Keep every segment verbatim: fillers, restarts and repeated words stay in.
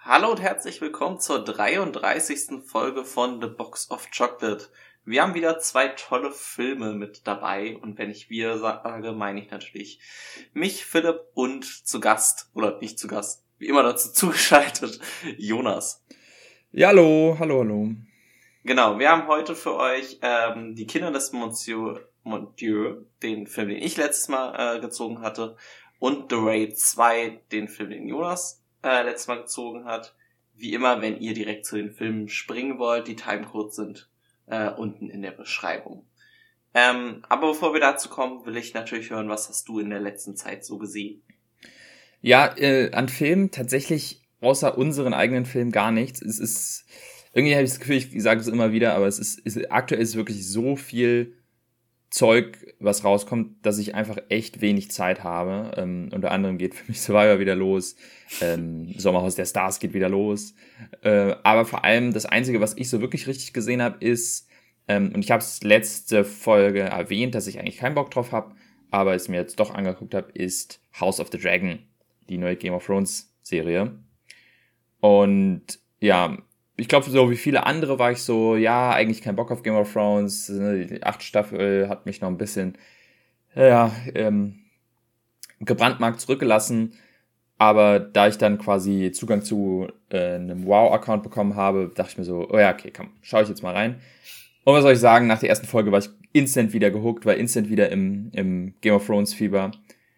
Hallo und herzlich willkommen zur dreiunddreißigsten Folge von The Box of Chocolate. Wir haben wieder zwei tolle Filme mit dabei und wenn ich wir sage, meine ich natürlich mich, Philipp und zu Gast, oder nicht zu Gast, wie immer dazu zugeschaltet, Jonas. Ja, hallo, hallo, hallo. Genau, wir haben heute für euch ähm, Die Kinder des Monsieur, Monsieur, den Film, den ich letztes Mal äh, gezogen hatte, und The Raid zwei, den Film, den Jonas äh, letztes Mal gezogen hat. Wie immer, wenn ihr direkt zu den Filmen springen wollt, die Timecodes sind äh, unten in der Beschreibung. Ähm, aber bevor wir dazu kommen, will ich natürlich hören, was hast du in der letzten Zeit so gesehen? Ja, äh, an Filmen tatsächlich außer unseren eigenen Filmen gar nichts. Es ist, irgendwie habe ich das Gefühl, ich sage es immer wieder, aber es ist, ist aktuell ist wirklich so viel Zeug, was rauskommt, dass ich einfach echt wenig Zeit habe. Ähm, unter anderem geht für mich Survivor wieder los, ähm, Sommerhaus der Stars geht wieder los. Äh, aber vor allem das Einzige, was ich so wirklich richtig gesehen habe, ist, ähm, und ich habe es letzte Folge erwähnt, dass ich eigentlich keinen Bock drauf habe, aber es mir jetzt doch angeguckt habe, ist House of the Dragon, die neue Game of Thrones Serie. Und ja, ich glaube, so wie viele andere war ich so, ja, eigentlich kein Bock auf Game of Thrones. Die achte Staffel hat mich noch ein bisschen, ja, ähm, gebrandmarkt zurückgelassen. Aber da ich dann quasi Zugang zu äh, einem WoW-Account bekommen habe, dachte ich mir so, oh ja, okay, komm, schau ich jetzt mal rein. Und was soll ich sagen, nach der ersten Folge war ich instant wieder gehuckt, war instant wieder im, im Game of Thrones-Fieber.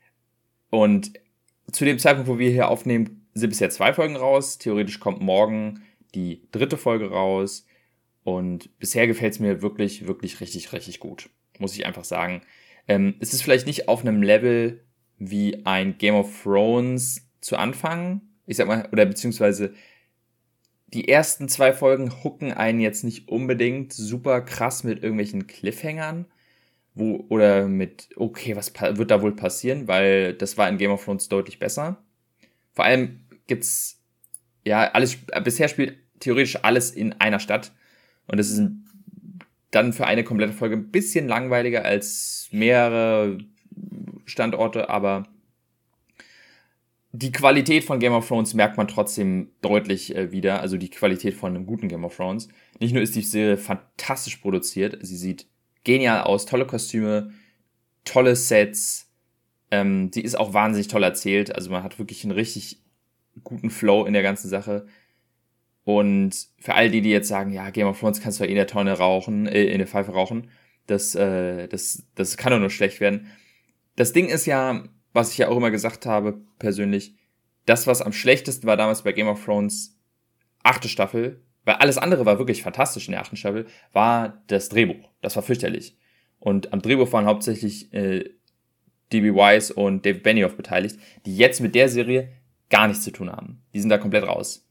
Und zu dem Zeitpunkt, wo wir hier aufnehmen, sind bisher zwei Folgen raus. Theoretisch kommt morgen die dritte Folge raus und bisher gefällt es mir wirklich, wirklich richtig, richtig gut, muss ich einfach sagen. Ähm, es ist vielleicht nicht auf einem Level wie ein Game of Thrones zu Anfang, ich sag mal, oder beziehungsweise die ersten zwei Folgen hooken einen jetzt nicht unbedingt super krass mit irgendwelchen Cliffhangern, wo, oder mit, okay, was pa- wird da wohl passieren, weil das war in Game of Thrones deutlich besser. Vor allem gibt's ja, alles, bisher spielt theoretisch alles in einer Stadt. Und das ist dann für eine komplette Folge ein bisschen langweiliger als mehrere Standorte, aber die Qualität von Game of Thrones merkt man trotzdem deutlich äh, wieder. Also die Qualität von einem guten Game of Thrones. Nicht nur ist die Serie fantastisch produziert, sie sieht genial aus, tolle Kostüme, tolle Sets. Ähm, sie ist auch wahnsinnig toll erzählt. Also man hat wirklich einen richtig guten Flow in der ganzen Sache. Und für all die, die jetzt sagen, ja, Game of Thrones kannst du ja in der Tonne rauchen, äh, in der Pfeife rauchen, das, äh, das, das kann doch nur schlecht werden. Das Ding ist ja, was ich ja auch immer gesagt habe, persönlich, das, was am schlechtesten war damals bei Game of Thrones, achte Staffel, weil alles andere war wirklich fantastisch in der achten Staffel, war das Drehbuch. Das war fürchterlich. Und am Drehbuch waren hauptsächlich äh, D B. Weiss und David Benioff beteiligt, die jetzt mit der Serie gar nichts zu tun haben. Die sind da komplett raus.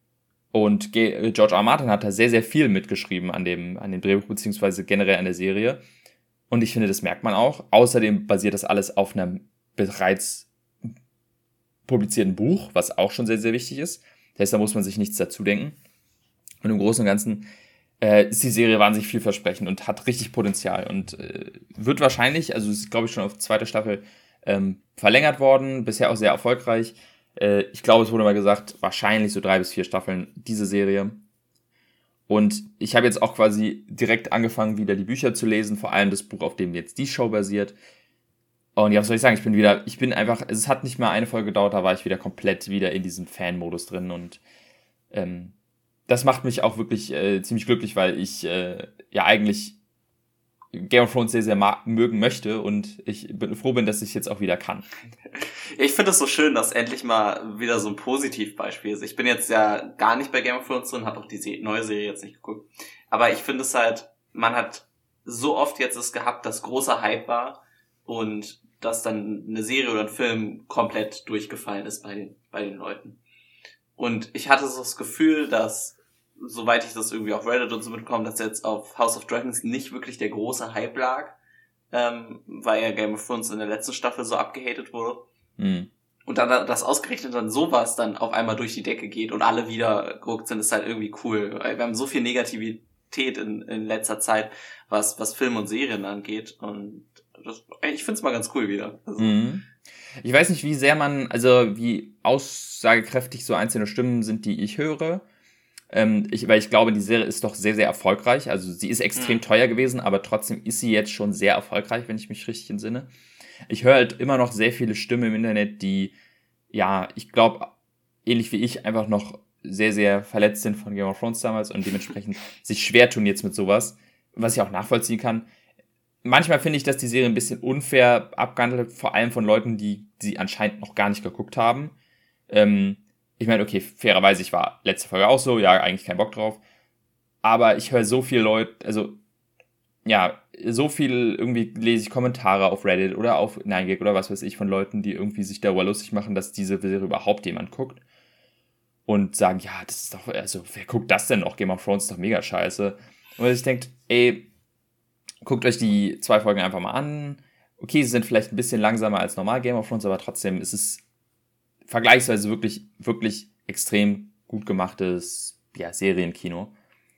Und George R. R. Martin hat da sehr, sehr viel mitgeschrieben an dem, an dem Drehbuch, beziehungsweise generell an der Serie. Und ich finde, das merkt man auch. Außerdem basiert das alles auf einem bereits publizierten Buch, was auch schon sehr, sehr wichtig ist. Das heißt, da muss man sich nichts dazu denken. Und im Großen und Ganzen äh, ist die Serie wahnsinnig vielversprechend und hat richtig Potenzial. Und äh, wird wahrscheinlich, also ist, glaube ich, schon auf zweite Staffel ähm, verlängert worden. Bisher auch sehr erfolgreich. Ich glaube, es wurde mal gesagt, wahrscheinlich so drei bis vier Staffeln diese Serie. Und ich habe jetzt auch quasi direkt angefangen, wieder die Bücher zu lesen, vor allem das Buch, auf dem jetzt die Show basiert. Und ja, was soll ich sagen, ich bin wieder, ich bin einfach, es hat nicht mal eine Folge gedauert, da war ich wieder komplett wieder in diesem Fan-Modus drin. Und ähm, das macht mich auch wirklich äh, ziemlich glücklich, weil ich äh, ja eigentlich Game of Thrones sehr, sehr ma- mögen möchte und ich bin froh bin, dass ich jetzt auch wieder kann. Ich finde es so schön, dass endlich mal wieder so ein Positivbeispiel ist. Ich bin jetzt ja gar nicht bei Game of Thrones drin, habe auch die Se- neue Serie jetzt nicht geguckt. Aber ich finde es halt, man hat so oft jetzt es gehabt, dass großer Hype war und dass dann eine Serie oder ein Film komplett durchgefallen ist bei den, bei den Leuten. Und ich hatte so das Gefühl, dass, soweit ich das irgendwie auf Reddit und so mitbekomme, dass jetzt auf House of Dragons nicht wirklich der große Hype lag, ähm, weil ja Game of Thrones in der letzten Staffel so abgehatet wurde. Mhm. Und dann, dass ausgerechnet dann sowas dann auf einmal durch die Decke geht und alle wieder geguckt sind, ist halt irgendwie cool. Wir haben so viel Negativität in, in letzter Zeit, was, was Film und Serien angeht. Und das, ich find's mal ganz cool wieder. Also. Mhm. Ich weiß nicht, wie sehr man, also wie aussagekräftig so einzelne Stimmen sind, die ich höre. Ähm, ich, weil ich glaube, die Serie ist doch sehr, sehr erfolgreich. Also sie ist extrem mhm. teuer gewesen, aber trotzdem ist sie jetzt schon sehr erfolgreich, wenn ich mich richtig entsinne. Ich höre halt immer noch sehr viele Stimmen im Internet, die, ja, ich glaube, ähnlich wie ich, einfach noch sehr, sehr verletzt sind von Game of Thrones damals und dementsprechend sich schwer tun jetzt mit sowas, was ich auch nachvollziehen kann. Manchmal finde ich, dass die Serie ein bisschen unfair abgehandelt wird, vor allem von Leuten, die sie anscheinend noch gar nicht geguckt haben. Ähm, ich meine, okay, fairerweise, ich war letzte Folge auch so, ja, eigentlich keinen Bock drauf. Aber ich höre so viele Leute, also, ja, so viel irgendwie lese ich Kommentare auf Reddit oder auf nine gag oder was weiß ich von Leuten, die irgendwie sich darüber lustig machen, dass diese Serie überhaupt jemand guckt. Und sagen, ja, das ist doch, also, wer guckt das denn noch? Game of Thrones ist doch mega scheiße. Und ich denke, ey, guckt euch die zwei Folgen einfach mal an. Okay, sie sind vielleicht ein bisschen langsamer als normal Game of Thrones, aber trotzdem ist es vergleichsweise wirklich, wirklich extrem gut gemachtes, ja, Serienkino.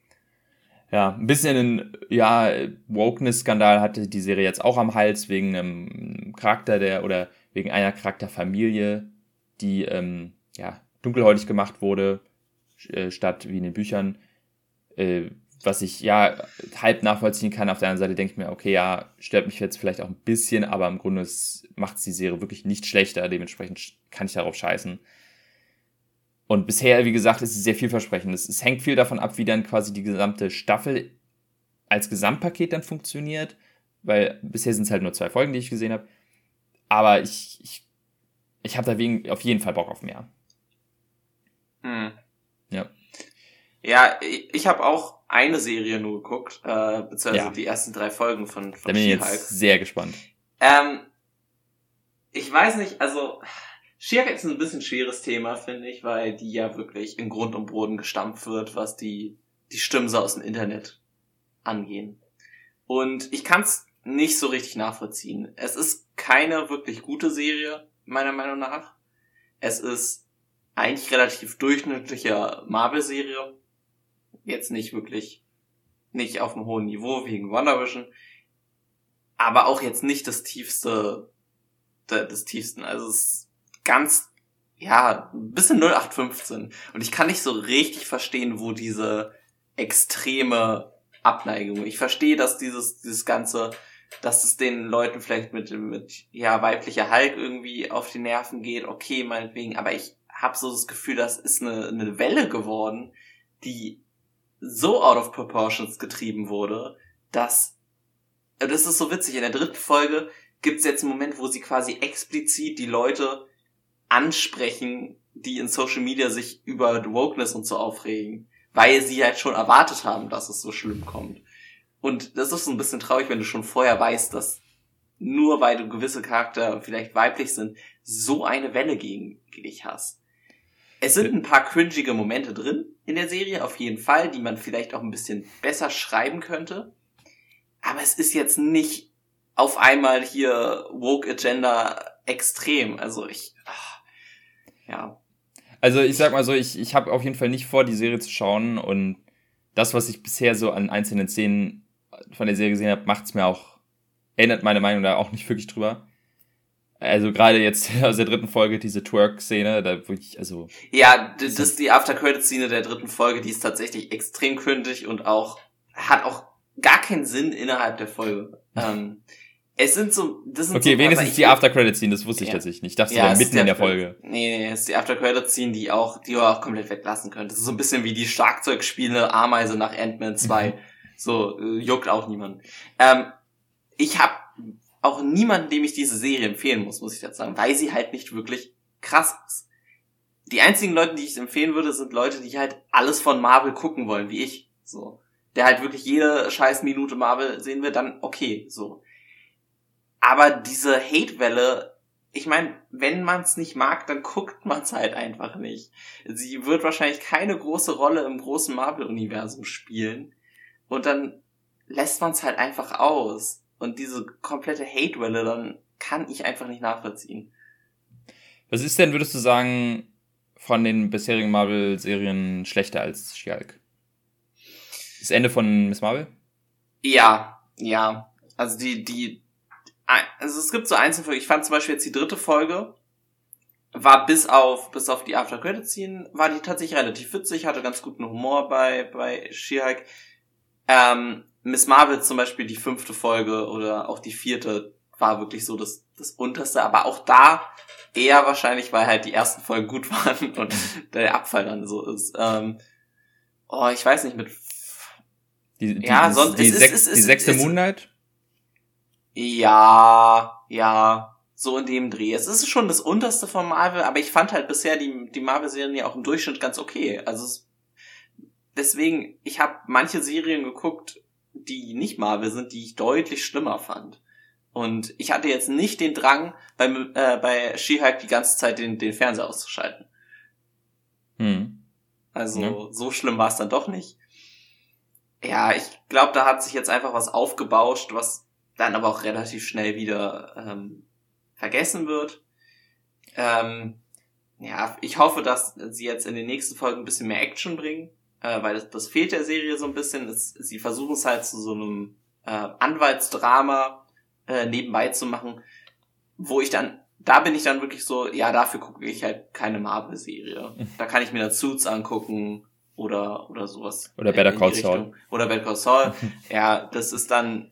Ja, ein bisschen ein, ja, Wokeness-Skandal hatte die Serie jetzt auch am Hals, wegen einem Charakter der, oder wegen einer Charakterfamilie, die, ähm, ja, dunkelhäutig gemacht wurde, äh, statt wie in den Büchern, äh, was ich ja halb nachvollziehen kann. Auf der anderen Seite denke ich mir, okay, ja, stört mich jetzt vielleicht auch ein bisschen, aber im Grunde macht es die Serie wirklich nicht schlechter, dementsprechend kann ich darauf scheißen. Und bisher, wie gesagt, ist es sehr vielversprechend. Es, es hängt viel davon ab, wie dann quasi die gesamte Staffel als Gesamtpaket dann funktioniert, weil bisher sind es halt nur zwei Folgen, die ich gesehen habe. Aber ich, ich, ich habe da wegen, auf jeden Fall Bock auf mehr. Hm. Ja. Ja, ich, ich habe auch eine Serie nur geguckt, äh, beziehungsweise ja. die ersten drei Folgen von, von Da bin ich jetzt sehr gespannt. Ähm, ich weiß nicht, also She-Hulk ist ein bisschen schweres Thema, finde ich, weil die ja wirklich in Grund und Boden gestampft wird, was die, die Stimmen so aus dem Internet angehen. Und ich kann es nicht so richtig nachvollziehen. Es ist keine wirklich gute Serie, meiner Meinung nach. Es ist eigentlich relativ durchschnittliche Marvel-Serie. Jetzt nicht wirklich, nicht auf einem hohen Niveau wegen WandaVision. Aber auch jetzt nicht das tiefste, des tiefsten. Also es ist ganz, ja, ein bisschen null acht fünfzehn. Und ich kann nicht so richtig verstehen, wo diese extreme Abneigung. Ich verstehe, dass dieses, dieses ganze, dass es den Leuten vielleicht mit, mit, ja, weiblicher Hulk irgendwie auf die Nerven geht. Okay, meinetwegen. Aber ich habe so das Gefühl, das ist eine, eine Welle geworden, die so out of proportions getrieben wurde, dass, das ist so witzig, in der dritten Folge gibt's jetzt einen Moment, wo sie quasi explizit die Leute ansprechen, die in Social Media sich über Wokeness und so aufregen, weil sie halt schon erwartet haben, dass es so schlimm kommt. Und das ist so ein bisschen traurig, wenn du schon vorher weißt, dass nur weil du gewisse Charakter vielleicht weiblich sind, so eine Welle gegen, gegen dich hast. Es sind ein paar cringige Momente drin in der Serie, auf jeden Fall, die man vielleicht auch ein bisschen besser schreiben könnte. Aber es ist jetzt nicht auf einmal hier Woke Agenda extrem. Also ich, ach, ja. Also ich sag mal so, ich, ich habe auf jeden Fall nicht vor, die Serie zu schauen. Und das, was ich bisher so an einzelnen Szenen von der Serie gesehen habe, macht's mir auch, ändert meine Meinung da auch nicht wirklich drüber. Also gerade jetzt aus der dritten Folge, diese Twerk-Szene, da wirklich, also... Ja, das ist die After-Credit-Szene der dritten Folge, die ist tatsächlich extrem crindig und auch, hat auch gar keinen Sinn innerhalb der Folge. ähm, es sind so, das sind okay, so... wenigstens die After-Credit-Szene, das wusste ich ja. tatsächlich nicht. Ich dachte, ja, so mitten in der Folge. Nee, nee, es ist die After-Credit-Szene, die auch, die du auch komplett weglassen könntest. Das ist so ein bisschen wie die Schlagzeugspielende Ameise nach Ant-Man zwei. So, äh, juckt auch niemand. Ähm, ich hab auch niemanden, dem ich diese Serie empfehlen muss, muss ich dazu sagen, weil sie halt nicht wirklich krass ist. Die einzigen Leute, die ich empfehlen würde, sind Leute, die halt alles von Marvel gucken wollen, wie ich. So. Der halt wirklich jede scheiß Minute Marvel sehen will, dann okay, so. Aber diese Hate-Welle, ich meine, wenn man es nicht mag, dann guckt man es halt einfach nicht. Sie wird wahrscheinlich keine große Rolle im großen Marvel-Universum spielen. Und dann lässt man es halt einfach aus. Und diese komplette Hate-Welle, dann kann ich einfach nicht nachvollziehen. Was ist denn, würdest du sagen, von den bisherigen Marvel-Serien schlechter als She-Hulk? Das Ende von Miss Marvel? Ja, ja. Also die, die, also es gibt so einzelne Folgen. Ich fand zum Beispiel jetzt die dritte Folge, war bis auf, bis auf die After-Credit-Scene, war die tatsächlich relativ witzig, hatte ganz guten Humor bei, bei She-Hulk. Ähm, Miss Marvel zum Beispiel, die fünfte Folge oder auch die vierte, war wirklich so das, das Unterste, aber auch da eher wahrscheinlich, weil halt die ersten Folgen gut waren und der Abfall dann so ist. Ähm, oh, ich weiß nicht, mit die, die, ja, die, sonst die, ist, sech, ist, ist, die sechste ist, Moonlight? Ja, ja, so in dem Dreh. Es ist schon das Unterste von Marvel, aber ich fand halt bisher die, die Marvel-Serien ja auch im Durchschnitt ganz okay. Also es, deswegen, ich habe manche Serien geguckt, die nicht Marvel sind, die ich deutlich schlimmer fand. Und ich hatte jetzt nicht den Drang, bei, äh, bei She-Hulk die ganze Zeit den, den Fernseher auszuschalten. Hm. Also Ja. so schlimm war es dann doch nicht. Ja, ich glaube, da hat sich jetzt einfach was aufgebauscht, was dann aber auch relativ schnell wieder ähm, vergessen wird. Ähm, ja, ich hoffe, dass sie jetzt in den nächsten Folgen ein bisschen mehr Action bringen, äh, weil das, das fehlt der Serie so ein bisschen. Es, sie versuchen es halt zu so einem äh, Anwaltsdrama äh, nebenbei zu machen, wo ich dann, da bin ich dann wirklich so, ja, dafür gucke ich halt keine Marvel-Serie. Da kann ich mir dann Suits angucken oder oder sowas. Oder Better Call Saul. Oder Better Call Saul. Ja, das ist dann,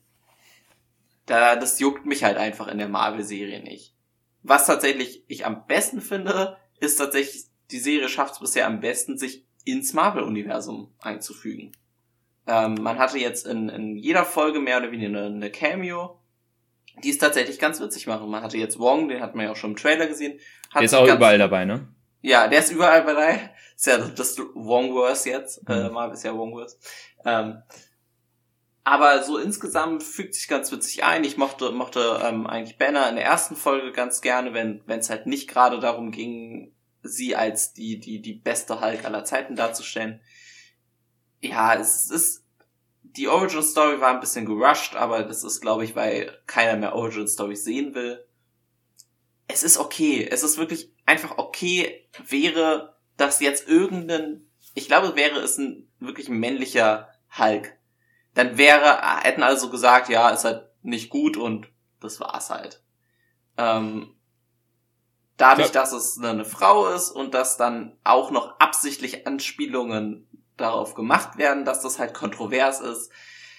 da das juckt mich halt einfach in der Marvel-Serie nicht. Was tatsächlich ich am besten finde, ist tatsächlich, die Serie schafft es bisher am besten, sich ins Marvel-Universum einzufügen. Ähm, man hatte jetzt in, in jeder Folge mehr oder weniger eine, eine Cameo, die es tatsächlich ganz witzig machen. Man hatte jetzt Wong, den hat man ja auch schon im Trailer gesehen. Hat der ist auch ganz, überall dabei, ne? Ja, der ist überall dabei. Ist ja das Wongverse jetzt. Mhm. Äh, Marvel ist ja Wongverse. Ähm, aber so insgesamt fügt sich ganz witzig ein. Ich mochte mochte ähm, eigentlich Banner in der ersten Folge ganz gerne, wenn wenn es halt nicht gerade darum ging, sie als die die die beste Hulk aller Zeiten darzustellen. Ja, es ist, die Origin Story war ein bisschen gerusht, aber das ist, glaube ich, weil keiner mehr Origin Stories sehen will. Es ist okay. Es ist wirklich einfach okay, wäre das jetzt irgendein, ich glaube, wäre es ein wirklich männlicher Hulk. Dann wäre, hätten also gesagt, ja, ist halt nicht gut und das war's halt. Ähm, dadurch, ja. dass es eine Frau ist und dass dann auch noch absichtlich Anspielungen darauf gemacht werden, dass das halt kontrovers ist,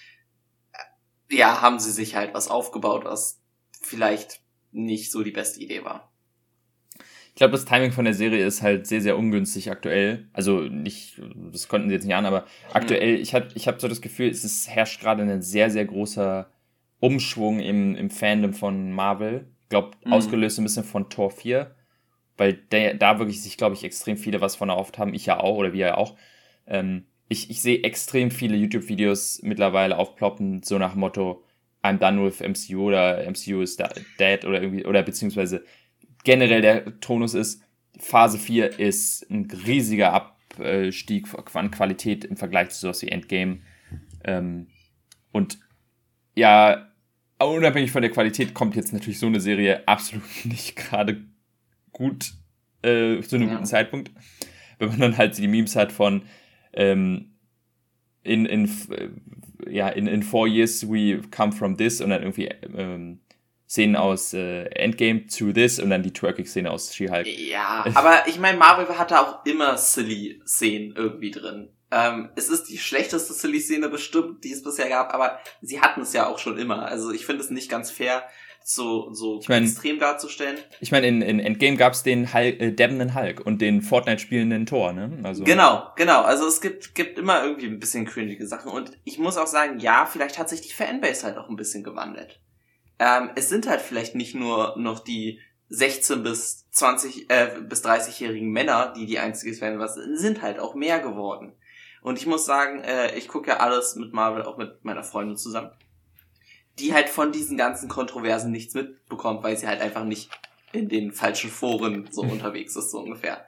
ja, haben sie sich halt was aufgebaut, was vielleicht nicht so die beste Idee war. Ich glaube, das Timing von der Serie ist halt sehr, sehr ungünstig aktuell. Also nicht, das konnten sie jetzt nicht an, aber aktuell, mhm. ich habe ich hab so das Gefühl, es ist, herrscht gerade ein sehr, sehr großer Umschwung im, im Fandom von Marvel. Ich glaube, mhm. ausgelöst ein bisschen von Tor vier, weil der, da wirklich sich, glaube ich, extrem viele was von erhofft haben. Ich ja auch, oder wir ja auch. Ähm, ich ich sehe extrem viele YouTube-Videos mittlerweile aufploppen, so nach dem Motto, I'm done with M C U oder M C U is dead oder irgendwie, oder beziehungsweise generell der Tonus ist, Phase vier ist ein riesiger Abstieg an Qualität im Vergleich zu sowas wie Endgame. Ähm, und ja, unabhängig von der Qualität kommt jetzt natürlich so eine Serie absolut nicht gerade gut äh, zu einem ja. guten Zeitpunkt. Wenn man dann halt die Memes hat von ähm, in, in, ja, in, in four years we come from this und dann irgendwie ähm, Szenen aus äh, Endgame to this und dann die Twerking-Szene aus She-Hulk. Ja, aber ich meine, Marvel hatte auch immer Silly-Szenen irgendwie drin. Ähm, es ist die schlechteste Silly-Szene bestimmt, die es bisher gab, aber sie hatten es ja auch schon immer. Also ich finde es nicht ganz fair, so, so ich mein, extrem darzustellen. Ich meine, in, in Endgame gab es den Hulk, äh, dabbenden Hulk und den Fortnite-spielenden Thor, ne? Also genau, genau. Also es gibt gibt immer irgendwie ein bisschen cringige Sachen und ich muss auch sagen, ja, vielleicht hat sich die Fanbase halt auch ein bisschen gewandelt. Ähm, es sind halt vielleicht nicht nur noch die sechzehn bis zwanzig äh, bis dreißig-jährigen Männer, die die einzige Fan was sind, halt auch mehr geworden. Und ich muss sagen, äh, ich gucke ja alles mit Marvel auch mit meiner Freundin zusammen, die halt von diesen ganzen Kontroversen nichts mitbekommt, weil sie halt einfach nicht in den falschen Foren so unterwegs ist, so ungefähr.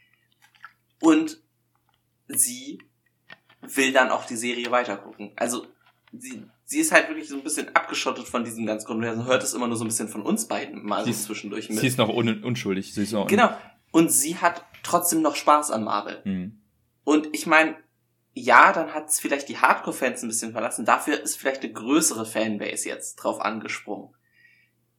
Und sie will dann auch die Serie weitergucken. Also sie sie ist halt wirklich so ein bisschen abgeschottet von diesen ganzen Kontroversen, hört es immer nur so ein bisschen von uns beiden mal so zwischendurch mit. Sie ist noch un- unschuldig. Sie ist noch genau. Und sie hat trotzdem noch Spaß an Marvel. Mhm. Und ich meine, ja, dann hat es vielleicht die Hardcore-Fans ein bisschen verlassen. Dafür ist vielleicht eine größere Fanbase jetzt drauf angesprungen.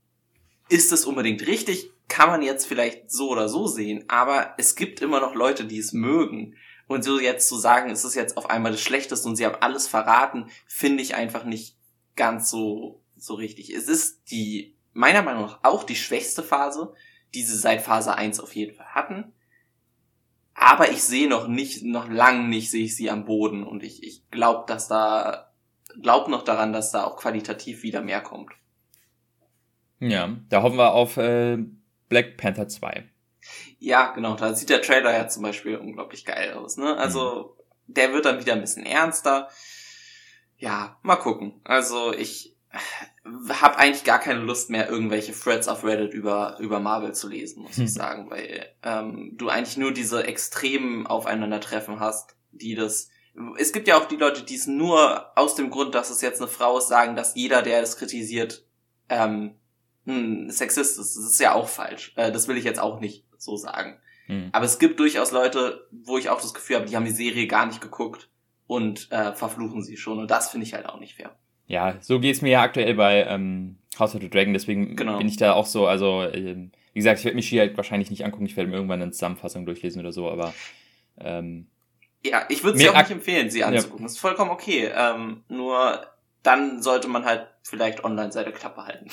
ist es unbedingt richtig? Kann man jetzt vielleicht so oder so sehen, aber es gibt immer noch Leute, die es mögen. Und so jetzt zu sagen, es ist jetzt auf einmal das Schlechteste und sie haben alles verraten, finde ich einfach nicht ganz so so richtig. Es ist die, meiner Meinung nach, auch die schwächste Phase, die sie seit Phase eins auf jeden Fall hatten. Aber ich sehe noch nicht, noch lang nicht sehe ich sie am Boden und ich ich glaube, dass da, glaube noch daran, dass da auch qualitativ wieder mehr kommt. Ja, da hoffen wir auf äh, Black Panther zwei. Ja, genau, da sieht der Trailer ja zum Beispiel unglaublich geil aus, ne? Also, mhm. der wird dann wieder ein bisschen ernster. Ja, mal gucken. Also, ich habe eigentlich gar keine Lust mehr, irgendwelche Threads auf Reddit über über Marvel zu lesen, muss hm. ich sagen, weil ähm, du eigentlich nur diese extremen Aufeinandertreffen hast, die das... Es gibt ja auch die Leute, die es nur aus dem Grund, dass es jetzt eine Frau ist, sagen, dass jeder, der es kritisiert, ähm, hm, Sexist ist. Das ist ja auch falsch. Äh, das will ich jetzt auch nicht so sagen. Hm. Aber es gibt durchaus Leute, wo ich auch das Gefühl habe, die haben die Serie gar nicht geguckt und äh, verfluchen sie schon. Und das finde ich halt auch nicht fair. Ja, so geht's mir ja aktuell bei ähm, House of the Dragon. Deswegen genau. bin ich da auch so, also äh, wie gesagt, ich werde mich hier halt wahrscheinlich nicht angucken. Ich werde mir irgendwann eine Zusammenfassung durchlesen oder so. Aber ähm, ja, ich würde sie auch ak- nicht empfehlen, sie anzugucken. Ja. Das ist vollkommen okay. Ähm, nur dann sollte man halt vielleicht online seine Klappe halten.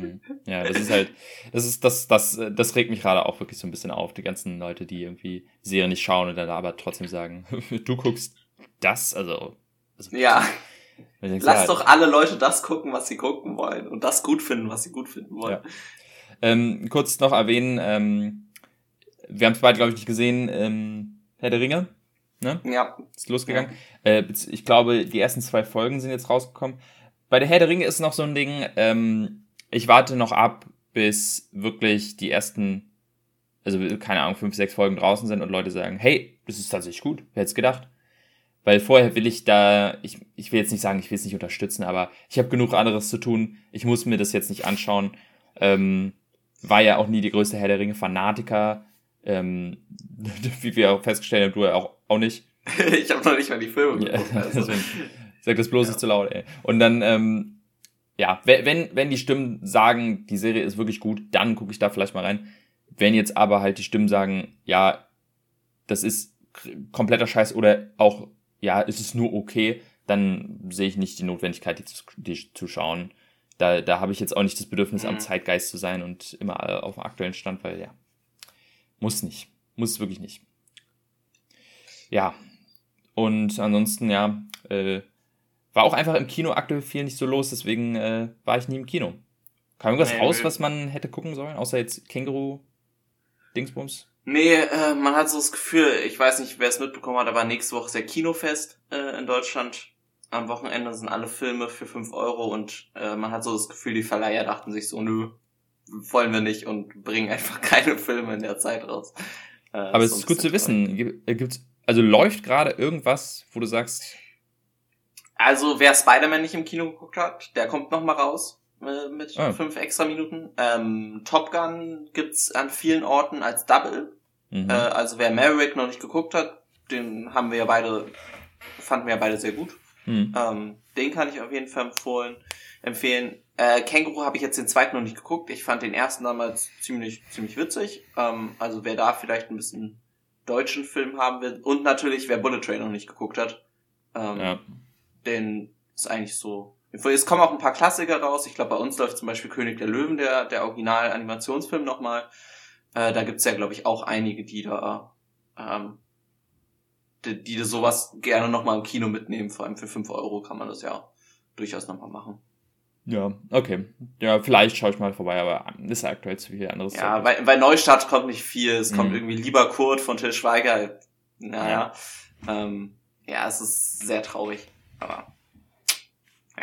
Ja, das ist halt, das ist, das, das, das regt mich gerade auch wirklich so ein bisschen auf, die ganzen Leute, die irgendwie Serien nicht schauen und dann aber trotzdem sagen, du guckst das, also. also ja. Denkst, Lass ja, doch alle Leute das gucken, was sie gucken wollen und das gut finden, was sie gut finden wollen. Ja. Ähm, kurz noch erwähnen, ähm, wir haben es beide, glaube ich, nicht gesehen, ähm, Herr der Ringe. Ne? Ja. Ist losgegangen. Ja. Äh, ich glaube, die ersten zwei Folgen sind jetzt rausgekommen. Bei der Herr der Ringe ist noch so ein Ding, ähm, ich warte noch ab, bis wirklich die ersten, also keine Ahnung, fünf, sechs Folgen draußen sind und Leute sagen, hey, das ist tatsächlich gut, wer hätte es gedacht? Weil vorher will ich da, ich, ich will jetzt nicht sagen, ich will es nicht unterstützen, aber ich habe genug anderes zu tun, ich muss mir das jetzt nicht anschauen. Ähm, war ja auch nie die größte Herr der Ringe-Fanatiker, ähm, wie wir auch festgestellt haben, du ja auch, auch nicht. Ich habe noch nicht mal die Filme geguckt. Ja, also. Sag das bloß ja. nicht zu laut, ey. Und dann, ähm, ja, wenn, wenn die Stimmen sagen, die Serie ist wirklich gut, dann gucke ich da vielleicht mal rein. Wenn jetzt aber halt die Stimmen sagen, ja, das ist kompletter Scheiß oder auch, ja, es ist nur okay, dann sehe ich nicht die Notwendigkeit, die zu, die zu schauen. Da, da habe ich jetzt auch nicht das Bedürfnis, mhm. am Zeitgeist zu sein und immer auf dem aktuellen Stand, weil, ja, muss nicht. Muss wirklich nicht. Ja. Und ansonsten, ja, äh, war auch einfach im Kino aktuell viel nicht so los, deswegen äh, war ich nie im Kino. Kam irgendwas nee, raus, nee. was man hätte gucken sollen, außer jetzt Känguru-Dingsbums? Nee, äh, man hat so das Gefühl, ich weiß nicht, wer es mitbekommen hat, aber nächste Woche ist ja Kinofest äh, in Deutschland. Am Wochenende sind alle Filme für fünf Euro und äh, man hat so das Gefühl, die Verleiher dachten sich so, nö, wollen wir nicht und bringen einfach keine Filme in der Zeit raus. Äh, aber es ist gut zu wissen. Gibt's, also läuft gerade irgendwas, wo du sagst... Also wer Spider-Man nicht im Kino geguckt hat, der kommt noch mal raus äh, mit ah. fünf extra Minuten. Ähm, Top Gun gibt's an vielen Orten als Double. Mhm. Äh, also wer Maverick noch nicht geguckt hat, den haben wir ja beide, fanden wir ja beide sehr gut. Mhm. Ähm, den kann ich auf jeden Fall empfohlen, empfehlen. Äh, Känguru habe ich jetzt den zweiten noch nicht geguckt. Ich fand den ersten damals ziemlich ziemlich witzig. Ähm, also wer da vielleicht ein bisschen deutschen Film haben will und natürlich wer Bullet Train noch nicht geguckt hat. Ähm, ja. Den ist eigentlich so... Es kommen auch ein paar Klassiker raus. Ich glaube, bei uns läuft zum Beispiel König der Löwen, der der Original-Animationsfilm nochmal. Äh, da gibt's ja, glaube ich, auch einige, die da ähm, die, die sowas gerne nochmal im Kino mitnehmen. Vor allem für fünf Euro kann man das ja durchaus nochmal machen. Ja, okay. Ja, vielleicht schaue ich mal vorbei, aber ist ja aktuell zu viel anderes. Ja, weil, weil Neustart kommt nicht viel. Es mhm. kommt irgendwie Lieber Kurt von Til Schweiger. Naja. Ja, ähm, ja es ist sehr traurig. Aber ja.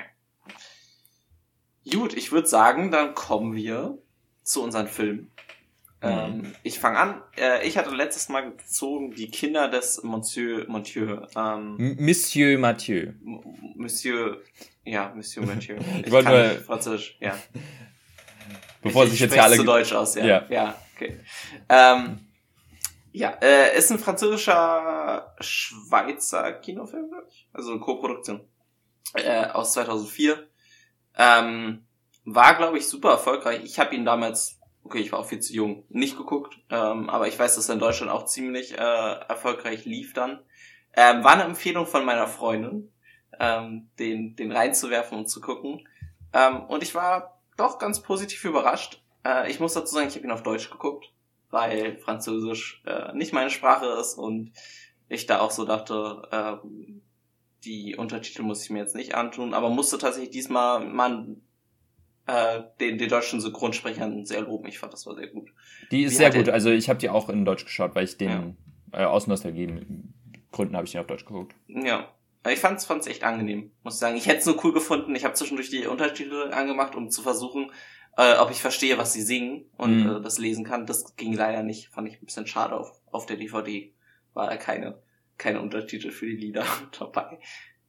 Gut, ich würde sagen, dann kommen wir zu unseren Filmen. Mhm. Ähm, ich fange an. Äh, ich hatte letztes Mal gezogen die Kinder des Monsieur Monsieur. Ähm, Monsieur Mathieu. M- Monsieur, ja, Monsieur Mathieu. Ich, ich wollte mal Französisch, ja. Bevor ich, sich ich jetzt alle zu Deutsch aus, ja. Ja, ja okay. Ähm, Ja, äh, ist ein französischer Schweizer Kinofilm, glaube ich. Also eine Co-Produktion. Äh, aus zweitausendvier. Ähm, war, glaube ich, super erfolgreich. Ich habe ihn damals, okay, ich war auch viel zu jung, nicht geguckt, ähm, aber ich weiß, dass er in Deutschland auch ziemlich äh, erfolgreich lief dann. Ähm, war eine Empfehlung von meiner Freundin, ähm, den den reinzuwerfen und zu gucken. Ähm, und ich war doch ganz positiv überrascht. Äh, ich muss dazu sagen, ich habe ihn auf Deutsch geguckt, weil Französisch äh, nicht meine Sprache ist und ich da auch so dachte, äh, die Untertitel muss ich mir jetzt nicht antun, aber musste tatsächlich diesmal mal äh, den, den deutschen Synchronsprechern sehr loben. Ich fand, das war sehr gut. Die ist Wie sehr hat gut. der- Also ich habe die auch in Deutsch geschaut, weil ich den äh, aus Nostalgie-Gründen habe ich den auf Deutsch geguckt. Ja, ich fand's, fand's echt angenehm, muss ich sagen. Ich hätte es nur cool gefunden. Ich habe zwischendurch die Untertitel angemacht, um zu versuchen, äh, ob ich verstehe, was sie singen und Mhm. äh, das lesen kann. Das ging leider nicht. Fand ich ein bisschen schade. Auf, auf der D V D war da keine, keine Untertitel für die Lieder dabei.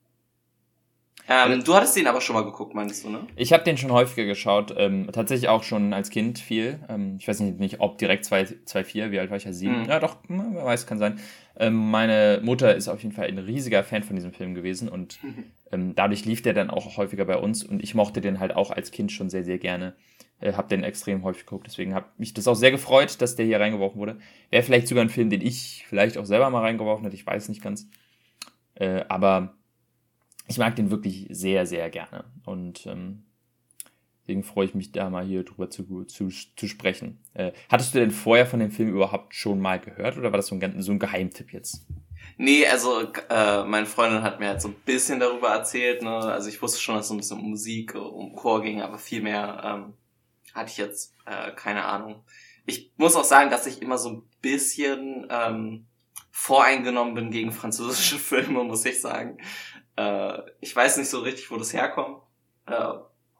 Ähm, du hattest den aber schon mal geguckt, meinst du, ne? Ich habe den schon häufiger geschaut, ähm, tatsächlich auch schon als Kind viel. Ähm, ich weiß nicht, nicht ob direkt zwei Komma vier, wie alt war ich? Ja, sieben. Mhm. Ja, doch, hm, wer weiß, kann sein. Ähm, meine Mutter ist auf jeden Fall ein riesiger Fan von diesem Film gewesen und ähm, dadurch lief der dann auch häufiger bei uns und ich mochte den halt auch als Kind schon sehr, sehr gerne. Äh, hab den extrem häufig geguckt, deswegen hat mich das auch sehr gefreut, dass der hier reingeworfen wurde. Wäre vielleicht sogar ein Film, den ich vielleicht auch selber mal reingeworfen hätte, ich weiß nicht ganz. Äh, aber ich mag den wirklich sehr, sehr gerne. Und ähm, deswegen freue ich mich da mal hier drüber zu, zu, zu sprechen. Äh, hattest du denn vorher von dem Film überhaupt schon mal gehört oder war das so ein, so ein Geheimtipp jetzt? Nee, also äh, meine Freundin hat mir halt so ein bisschen darüber erzählt, ne? Also ich wusste schon, dass es so ein bisschen um Musik, um Chor ging, aber viel mehr ähm, hatte ich jetzt äh, keine Ahnung. Ich muss auch sagen, dass ich immer so ein bisschen ähm, voreingenommen bin gegen französische Filme, muss ich sagen. Äh, ich weiß nicht so richtig, wo das herkommt, äh,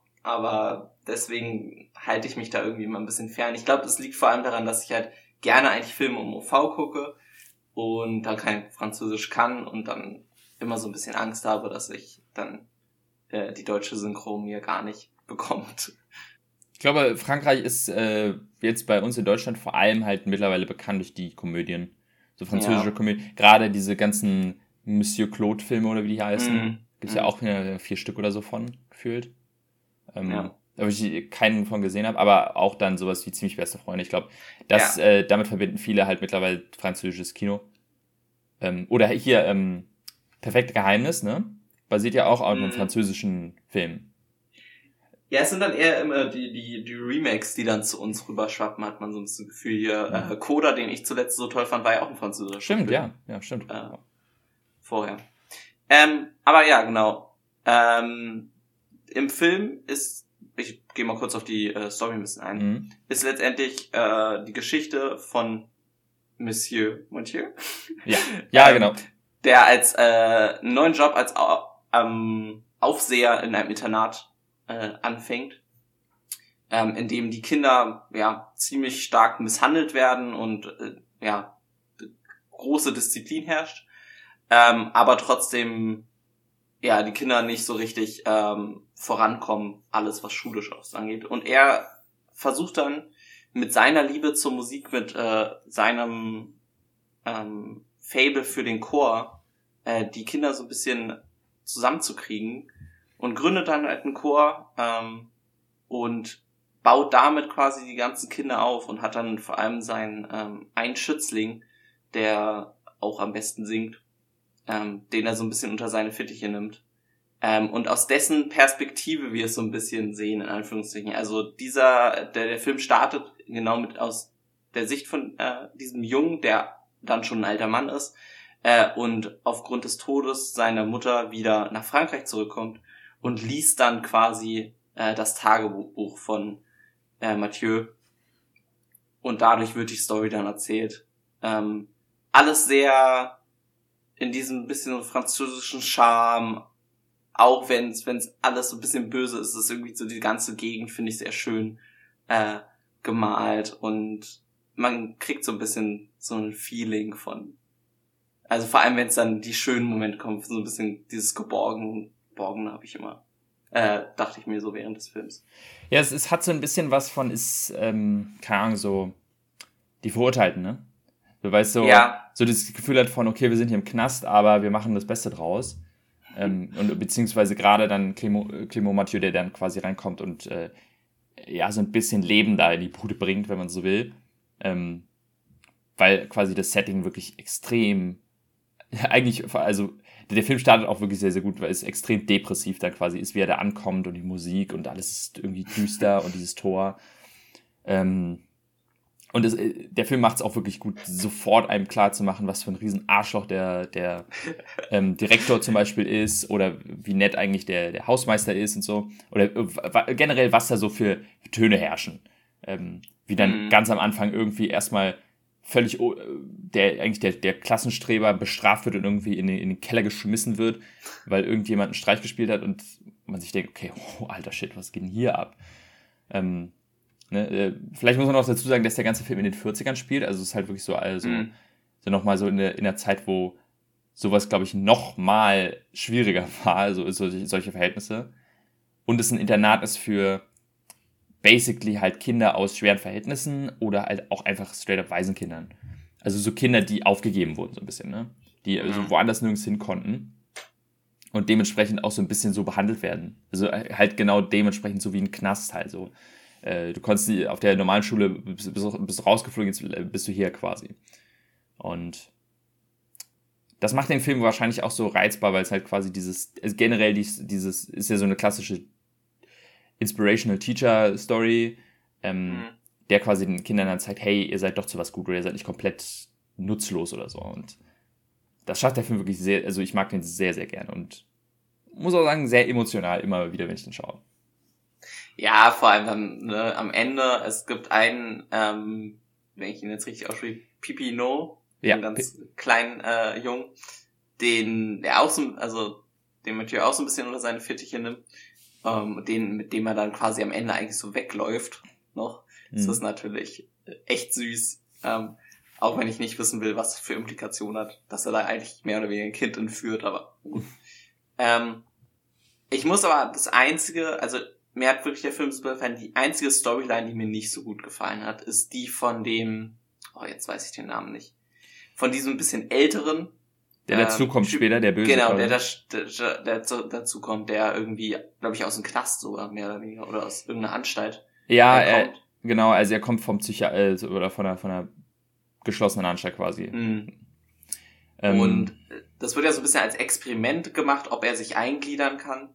aber deswegen halte ich mich da irgendwie immer ein bisschen fern. Ich glaube, das liegt vor allem daran, dass ich halt gerne eigentlich Filme um O V gucke und dann kein Französisch kann und dann immer so ein bisschen Angst habe, dass ich dann äh, die deutsche Synchro mir gar nicht bekommt. Ich glaube, Frankreich ist äh, jetzt bei uns in Deutschland vor allem halt mittlerweile bekannt durch die Komödien. So französische Ja. Komödien. Gerade diese ganzen Monsieur Claude-Filme oder wie die heißen. Mhm. Gibt's Mhm. ja auch äh, vier Stück oder so von, gefühlt. Ähm, Ja. Da ich keinen von gesehen habe, aber auch dann sowas wie Ziemlich beste Freunde. Ich glaube, das Ja. äh, damit verbinden viele halt mittlerweile französisches Kino. Ähm, oder hier ähm, Perfekte Geheimnis, ne? Basiert ja auch auf einem Mhm. französischen Film. Ja, es sind dann eher immer die, die, die Remakes, die dann zu uns rüberschwappen, hat man so ein bisschen das Gefühl hier. Mhm. Äh, Coda, den ich zuletzt so toll fand, war ja auch ein französischer Stimmt, Film. ja, ja, stimmt. Äh, vorher. Ähm, aber ja, genau. Ähm, im Film ist, ich gehe mal kurz auf die äh, Story ein bisschen ein, Mhm. ist letztendlich äh, die Geschichte von Monsieur Monsieur, Ja, ja, Ähm, genau. der als äh, einen neuen Job als Au- ähm, Aufseher in einem Internat äh, anfängt, ähm, in dem die Kinder ja ziemlich stark misshandelt werden und äh, ja große Disziplin herrscht, ähm, aber trotzdem ja die Kinder nicht so richtig ähm, vorankommen, alles was schulisch aus angeht. Und er versucht dann mit seiner Liebe zur Musik, mit äh, seinem ähm, Faible für den Chor, äh, die Kinder so ein bisschen zusammenzukriegen und gründet dann halt einen Chor ähm, und baut damit quasi die ganzen Kinder auf und hat dann vor allem seinen ähm, einen Schützling, der auch am besten singt, ähm, den er so ein bisschen unter seine Fittiche nimmt. Ähm, und aus dessen Perspektive wir es so ein bisschen sehen, in Anführungszeichen. Also dieser, der, der Film startet genau mit aus der Sicht von äh, diesem Jungen, der dann schon ein alter Mann ist, äh, und aufgrund des Todes seiner Mutter wieder nach Frankreich zurückkommt und liest dann quasi äh, das Tagebuch von äh, Mathieu. Und dadurch wird die Story dann erzählt. Ähm, alles sehr in diesem bisschen französischen Charme, auch wenn es wenn es alles so ein bisschen böse ist, ist irgendwie so die ganze Gegend, finde ich, sehr schön äh, gemalt und man kriegt so ein bisschen so ein Feeling von, also vor allem, wenn es dann die schönen Momente kommen, so ein bisschen dieses Geborgen, Geborgene habe ich immer, äh, dachte ich mir so während des Films. Ja, es, es hat so ein bisschen was von, ist, ähm, keine Ahnung, so die Verurteilten, ne? Du weißt so, Ja. so das Gefühl hat von, okay, wir sind hier im Knast, aber wir machen das Beste draus. Ähm, und beziehungsweise gerade dann Clément, Clément Mathieu, der dann quasi reinkommt und äh, ja, so ein bisschen Leben da in die Bude bringt, wenn man so will. Ähm, weil quasi das Setting wirklich extrem, eigentlich, also der Film startet auch wirklich sehr, sehr gut, weil es extrem depressiv dann quasi ist, wie er da ankommt und die Musik und alles ist irgendwie düster und dieses Tor. Ähm, und es, der Film macht es auch wirklich gut, sofort einem klar zu machen, was für ein riesen Arschloch der, der ähm, Direktor zum Beispiel ist oder wie nett eigentlich der, der Hausmeister ist und so. Oder äh, generell, was da so für Töne herrschen. Ähm, wie dann mhm. ganz am Anfang irgendwie erstmal völlig der eigentlich der, der Klassenstreber bestraft wird und irgendwie in den, in den Keller geschmissen wird, weil irgendjemand einen Streich gespielt hat und man sich denkt, okay, oh, alter Shit, was geht denn hier ab? Ähm, ne, äh, vielleicht muss man auch dazu sagen, dass der ganze Film in den vierzigern spielt, also es ist halt wirklich so, also mhm. so nochmal so in der, in der Zeit, wo sowas, glaube ich, noch mal schwieriger war, also solche, solche Verhältnisse. Und es ein Internat ist für basically halt Kinder aus schweren Verhältnissen oder halt auch einfach straight-up Waisenkindern. Also so Kinder, die aufgegeben wurden so ein bisschen, ne? Die also woanders nirgends hin konnten und dementsprechend auch so ein bisschen so behandelt werden. Also halt genau dementsprechend so wie ein Knast halt so. Äh, du konntest auf der normalen Schule, bist, bist rausgeflogen, jetzt bist du hier quasi. Und das macht den Film wahrscheinlich auch so reizbar, weil es halt quasi dieses, also generell dieses, dieses ist ja so eine klassische Inspirational Teacher Story, ähm, mhm. der quasi den Kindern dann zeigt, hey, ihr seid doch zu was gut oder ihr seid nicht komplett nutzlos oder so. Und das schafft der Film wirklich sehr, also ich mag den sehr, sehr gern und muss auch sagen, sehr emotional immer wieder, wenn ich den schaue. Ja, vor allem dann ne, am Ende, es gibt einen, ähm, wenn ich ihn jetzt richtig ausspreche, Pipino, ja, einen ganz P- kleinen äh, Jungen, den der auch so, also den Mathieu auch so ein bisschen unter seine Fittiche nimmt. Um, den, mit dem er dann quasi am Ende eigentlich so wegläuft noch. Mhm. Das ist natürlich echt süß. Ähm, auch wenn ich nicht wissen will, was das für Implikationen hat, dass er da eigentlich mehr oder weniger ein Kind entführt, aber gut. ähm, ich muss aber das einzige, also mir hat wirklich der Film super gefallen, die einzige Storyline, die mir nicht so gut gefallen hat, ist die von dem, oh jetzt weiß ich den Namen nicht, von diesem bisschen älteren, Der dazu kommt ähm, später, der Böse. Genau, der, der, der, der dazu kommt, der irgendwie, glaube ich, aus dem Knast sogar, mehr oder weniger, oder aus irgendeiner Anstalt. Ja, äh, genau, also er kommt vom Psychi- äh, oder von einer, von einer geschlossenen Anstalt quasi. Mhm. Ähm, Und das wird ja so ein bisschen als Experiment gemacht, ob er sich eingliedern kann.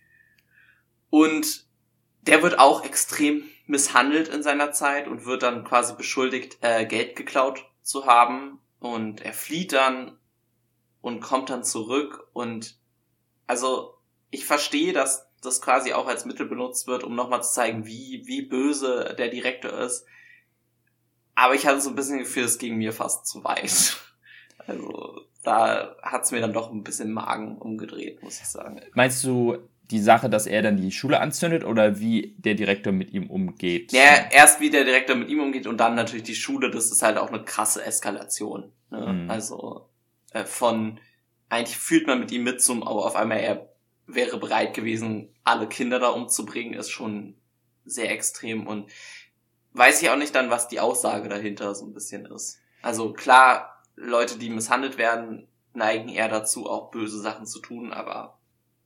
Und der wird auch extrem misshandelt in seiner Zeit und wird dann quasi beschuldigt, äh, Geld geklaut zu haben. Und er flieht dann und kommt dann zurück und also ich verstehe, dass das quasi auch als Mittel benutzt wird, um nochmal zu zeigen, wie wie böse der Direktor ist. Aber ich hatte so ein bisschen das Gefühl, es ging mir fast zu weit. Also da hat's mir dann doch ein bisschen Magen umgedreht, muss ich sagen. Meinst du die Sache, dass er dann die Schule anzündet oder wie der Direktor mit ihm umgeht? Ja, erst wie der Direktor mit ihm umgeht und dann natürlich die Schule, das ist halt auch eine krasse Eskalation. Ne? Mhm. Also von, eigentlich fühlt man mit ihm mit zum, aber auf einmal er wäre bereit gewesen, alle Kinder da umzubringen, ist schon sehr extrem und weiß ich auch nicht dann, was die Aussage dahinter so ein bisschen ist. Also klar, Leute, die misshandelt werden, neigen eher dazu, auch böse Sachen zu tun, aber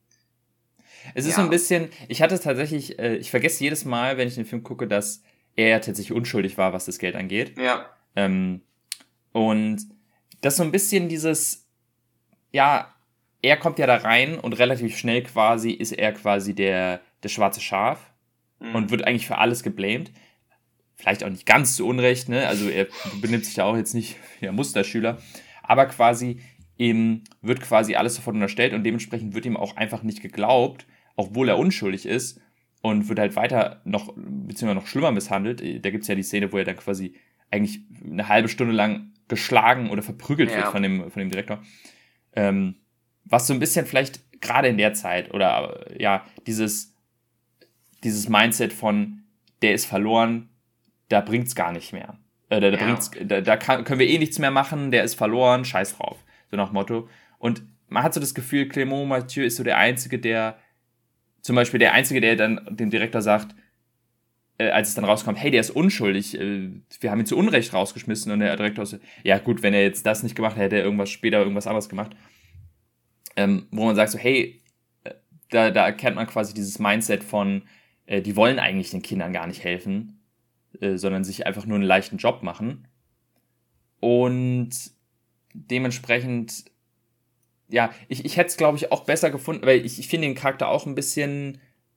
es ist ja so ein bisschen, ich hatte tatsächlich, äh, ich vergesse jedes Mal, wenn ich den Film gucke, dass er tatsächlich unschuldig war, was das Geld angeht. Ja. Ähm, und das ist so ein bisschen dieses, ja, er kommt ja da rein und relativ schnell quasi ist er quasi der, der schwarze Schaf mhm. und wird eigentlich für alles geblamed. Vielleicht auch nicht ganz zu Unrecht, ne? Also er benimmt sich da auch jetzt nicht wie ein Musterschüler, aber quasi ihm wird quasi alles sofort unterstellt und dementsprechend wird ihm auch einfach nicht geglaubt, obwohl er unschuldig ist und wird halt weiter noch, beziehungsweise noch schlimmer misshandelt. Da gibt's ja die Szene, wo er dann quasi eigentlich eine halbe Stunde lang geschlagen oder verprügelt ja. wird von dem, von dem Direktor. Ähm, was so ein bisschen vielleicht gerade in der Zeit oder ja, dieses, dieses Mindset von, der ist verloren, da bringt's gar nicht mehr. Äh, da, da, ja. bringt's, da, da kann, können wir eh nichts mehr machen, der ist verloren, scheiß drauf. So nach Motto. Und man hat so das Gefühl, Clément Mathieu ist so der Einzige, der, zum Beispiel der Einzige, der dann dem Direktor sagt, als es dann rauskommt, hey, der ist unschuldig, wir haben ihn zu Unrecht rausgeschmissen und der Direktor so, ja gut, wenn er jetzt das nicht gemacht hätte, hätte er irgendwas später irgendwas anderes gemacht. Ähm, wo man sagt so, hey, da, da erkennt man quasi dieses Mindset von, äh, die wollen eigentlich den Kindern gar nicht helfen, äh, sondern sich einfach nur einen leichten Job machen. Und dementsprechend, ja, ich, ich hätte es, glaube ich, auch besser gefunden, weil ich, ich finde den Charakter auch ein bisschen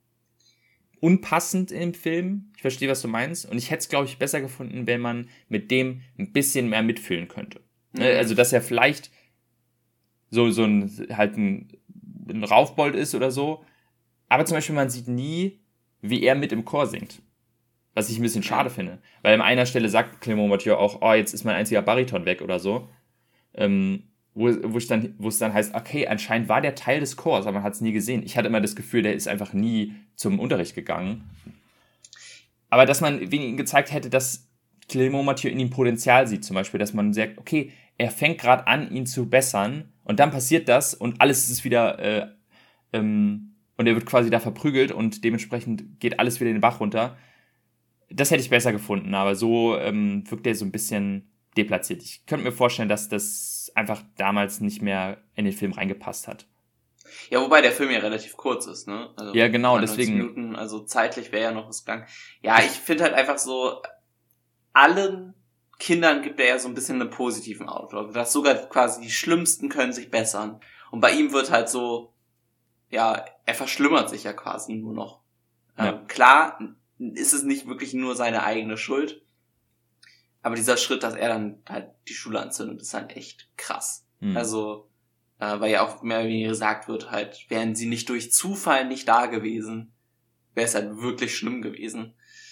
unpassend im Film. Ich verstehe, was du meinst. Und ich hätte es, glaube ich, besser gefunden, wenn man mit dem ein bisschen mehr mitfühlen könnte. Mhm. Also, dass er vielleicht so, so ein, halt ein, ein Raufbold ist oder so. Aber zum Beispiel, man sieht nie, wie er mit im Chor singt. Was ich ein bisschen schade finde. Weil an einer Stelle sagt Clément Mathieu auch, oh, jetzt ist mein einziger Bariton weg oder so. Ähm, wo, wo, ich dann, wo es dann heißt, okay, anscheinend war der Teil des Chors, aber man hat es nie gesehen. Ich hatte immer das Gefühl, der ist einfach nie zum Unterricht gegangen. Aber dass man ihnen gezeigt hätte, dass Clément Mathieu in ihm Potenzial sieht, zum Beispiel, dass man sagt, okay, er fängt gerade an, ihn zu bessern und dann passiert das und alles ist wieder, äh, ähm, und er wird quasi da verprügelt und dementsprechend geht alles wieder den Bach runter. Das hätte ich besser gefunden, aber so ähm, wirkt er so ein bisschen deplatziert. Ich könnte mir vorstellen, dass das einfach damals nicht mehr in den Film reingepasst hat. Ja, wobei der Film ja relativ kurz ist, ne? Also ja, genau, deswegen. Minuten, also zeitlich wäre ja noch was gegangen. Ja, ich finde halt einfach so, allen Kindern gibt er ja so ein bisschen einen positiven Outlook. Dass sogar quasi die Schlimmsten können sich bessern. Und bei ihm wird halt so, ja, er verschlimmert sich ja quasi nur noch. Ja. Ähm, klar ist es nicht wirklich nur seine eigene Schuld. Aber dieser Schritt, dass er dann halt die Schule anzündet, ist halt echt krass. Mhm. Also, äh, weil ja auch mehr oder weniger gesagt wird, halt, wären sie nicht durch Zufall nicht da gewesen, wäre es halt wirklich schlimm gewesen.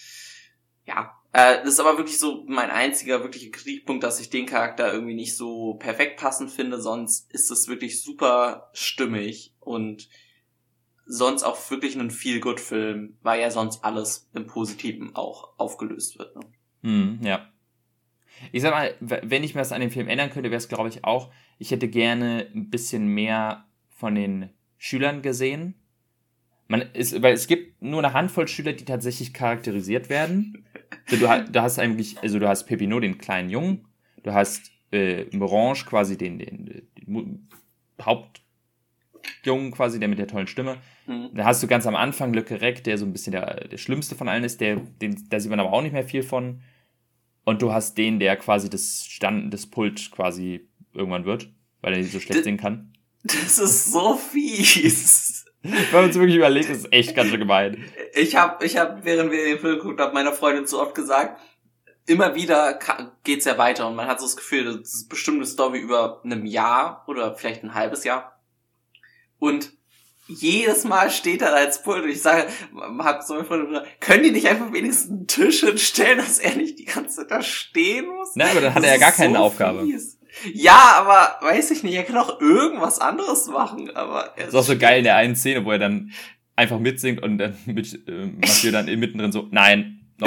Ja, äh, das ist aber wirklich so mein einziger wirklicher Kritikpunkt, dass ich den Charakter irgendwie nicht so perfekt passend finde, sonst ist es wirklich super stimmig und sonst auch wirklich ein Feel-Good-Film, weil ja sonst alles im Positiven auch aufgelöst wird. Ne? Mhm, ja. Ich sag mal, wenn ich mir was an dem Film ändern könnte, wäre es, glaube ich, auch, ich hätte gerne ein bisschen mehr von den Schülern gesehen. Man ist, weil es gibt nur eine Handvoll Schüler, die tatsächlich charakterisiert werden. Du, du hast eigentlich, also du hast Pépinot, den kleinen Jungen, du hast äh, Morange, quasi den, den, den Hauptjungen quasi, der mit der tollen Stimme. Mhm. Da hast du ganz am Anfang Le Querec, der so ein bisschen der, der Schlimmste von allen ist, der, den, da sieht man aber auch nicht mehr viel von. Und du hast den, der quasi das Stand, das Pult quasi irgendwann wird, weil er nicht so schlecht D- singen kann. Das ist so fies. Wenn man es wirklich überlegt, ist es echt ganz schön gemein. Ich habe, ich hab, während wir den Film geguckt haben, meiner Freundin so oft gesagt, immer wieder geht's ja weiter und man hat so das Gefühl, das ist bestimmt eine Story über einem Jahr oder vielleicht ein halbes Jahr. Und jedes Mal steht er da als Pult und ich sage, hab so eine Freundin, können die nicht einfach wenigstens einen Tisch hinstellen, dass er nicht die ganze Zeit da stehen muss? Nein, aber dann hat das er ja gar keine so Aufgabe. Fies. Ja, aber weiß ich nicht, er kann auch irgendwas anderes machen, aber er ist auch so geil in der einen Szene, wo er dann einfach mitsingt und dann mit äh, Mathieu dann mittendrin so, nein, noch.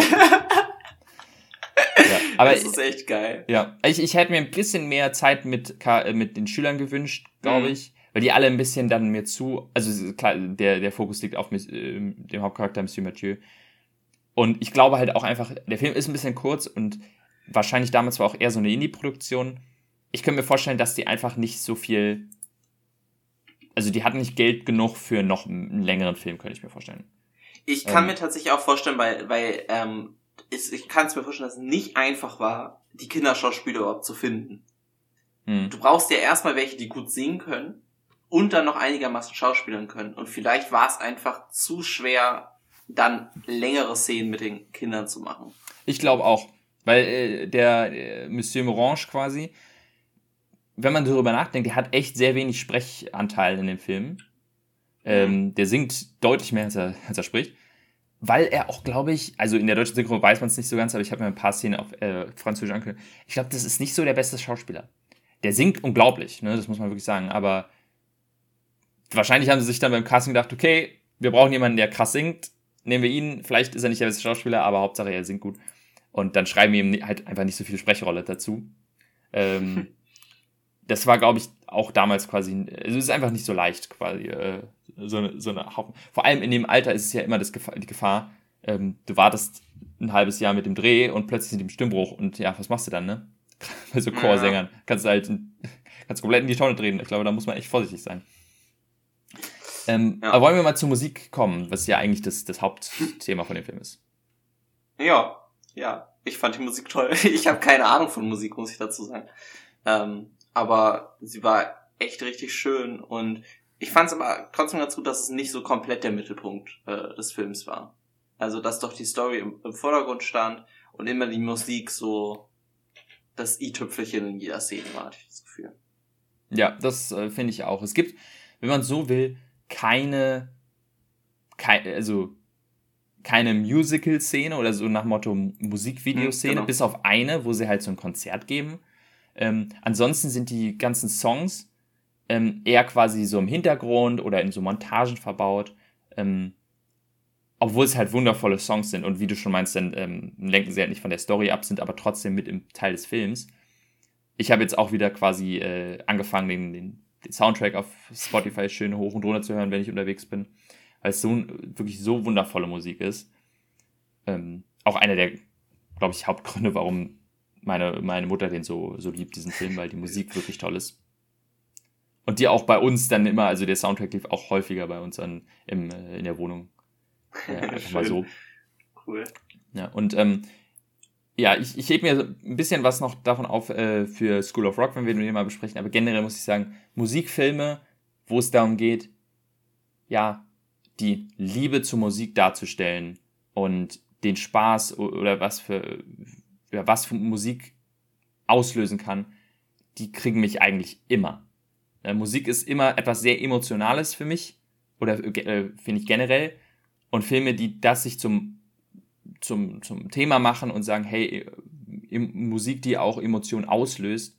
Ja, aber das ist echt geil. Ja, ich, ich hätte mir ein bisschen mehr Zeit mit, mit den Schülern gewünscht, glaube mhm. ich. Weil die alle ein bisschen dann mir zu, also klar, der, der Fokus liegt auf äh, dem Hauptcharakter Monsieur Mathieu. Und ich glaube halt auch einfach, der Film ist ein bisschen kurz und wahrscheinlich damals war auch eher so eine Indie-Produktion. Ich könnte mir vorstellen, dass die einfach nicht so viel, also die hatten nicht Geld genug für noch einen längeren Film, könnte ich mir vorstellen. Ich kann ähm, mir tatsächlich auch vorstellen, weil, weil ähm, ist, ich kann es mir vorstellen, dass es nicht einfach war, die Kinderschauspieler überhaupt zu finden. Hm. Du brauchst ja erstmal welche, die gut singen können. Und dann noch einigermaßen schauspielern können. Und vielleicht war es einfach zu schwer, dann längere Szenen mit den Kindern zu machen. Ich glaube auch. Weil äh, der äh, Monsieur Morange quasi, wenn man darüber nachdenkt, der hat echt sehr wenig Sprechanteil in dem Film. Ähm, mhm. Der singt deutlich mehr, als er, als er spricht. Weil er auch, glaube ich, also in der deutschen Synchro weiß man es nicht so ganz, aber ich habe mir ein paar Szenen auf äh, Französisch angehört. Ich glaube, das ist nicht so der beste Schauspieler. Der singt unglaublich, ne? Das muss man wirklich sagen. Aber wahrscheinlich haben sie sich dann beim Casting gedacht, okay, wir brauchen jemanden, der krass singt, nehmen wir ihn, vielleicht ist er nicht der beste Schauspieler, aber Hauptsache er singt gut. Und dann schreiben wir ihm halt einfach nicht so viel Sprechrolle dazu. Ähm, das war, glaube ich, auch damals quasi, also es ist einfach nicht so leicht, quasi, äh, so eine, so eine Haupt- vor allem in dem Alter ist es ja immer das Gefahr, die Gefahr, ähm, du wartest ein halbes Jahr mit dem Dreh und plötzlich mit dem Stimmbruch und ja, was machst du dann, ne? Bei so Chorsängern kannst du halt, kannst komplett in die Tonne drehen. Ich glaube, da muss man echt vorsichtig sein. Ähm, Ja. Aber wollen wir mal zur Musik kommen, was ja eigentlich das, das Hauptthema von dem Film ist. Ja, ja. Ich fand die Musik toll. Ich habe keine Ahnung von Musik, muss ich dazu sagen. Ähm, aber sie war echt richtig schön und ich fand es aber trotzdem ganz gut, dass es nicht so komplett der Mittelpunkt äh, des Films war. Also, dass doch die Story im, im Vordergrund stand und immer die Musik so das i-Tüpfelchen in jeder Szene war, hatte ich das Gefühl. Ja, das äh, finde ich auch. Es gibt, wenn man so will, keine, kein, also keine Musical-Szene oder so nach Motto Musikvideoszene, Hm, genau. bis auf eine, wo sie halt so ein Konzert geben. Ähm, ansonsten sind die ganzen Songs ähm, eher quasi so im Hintergrund oder in so Montagen verbaut. Ähm, obwohl es halt wundervolle Songs sind und wie du schon meinst, dann ähm, lenken sie halt nicht von der Story ab, sind aber trotzdem mit im Teil des Films. Ich habe jetzt auch wieder quasi äh, angefangen, den, den, den Soundtrack auf Spotify schön hoch und runter zu hören, wenn ich unterwegs bin, weil es so wirklich so wundervolle Musik ist. Ähm, auch einer der, glaube ich, Hauptgründe, warum meine, meine Mutter den so, so liebt, diesen Film, weil die Musik wirklich toll ist. Und die auch bei uns dann immer, also der Soundtrack lief auch häufiger bei uns an, im, äh, in der Wohnung. Ja, einfach mal so. Cool. Ja, und ähm, ja, ich, ich hebe mir ein bisschen was noch davon auf äh, für School of Rock, wenn wir den mal besprechen, aber generell muss ich sagen, Musikfilme, wo es darum geht, ja, die Liebe zur Musik darzustellen und den Spaß oder was für, ja, was für Musik auslösen kann, die kriegen mich eigentlich immer. Äh, Musik ist immer etwas sehr Emotionales für mich oder äh, finde ich generell. Und Filme, die das sich zum, zum, zum Thema machen und sagen, hey, Musik, die auch Emotionen auslöst,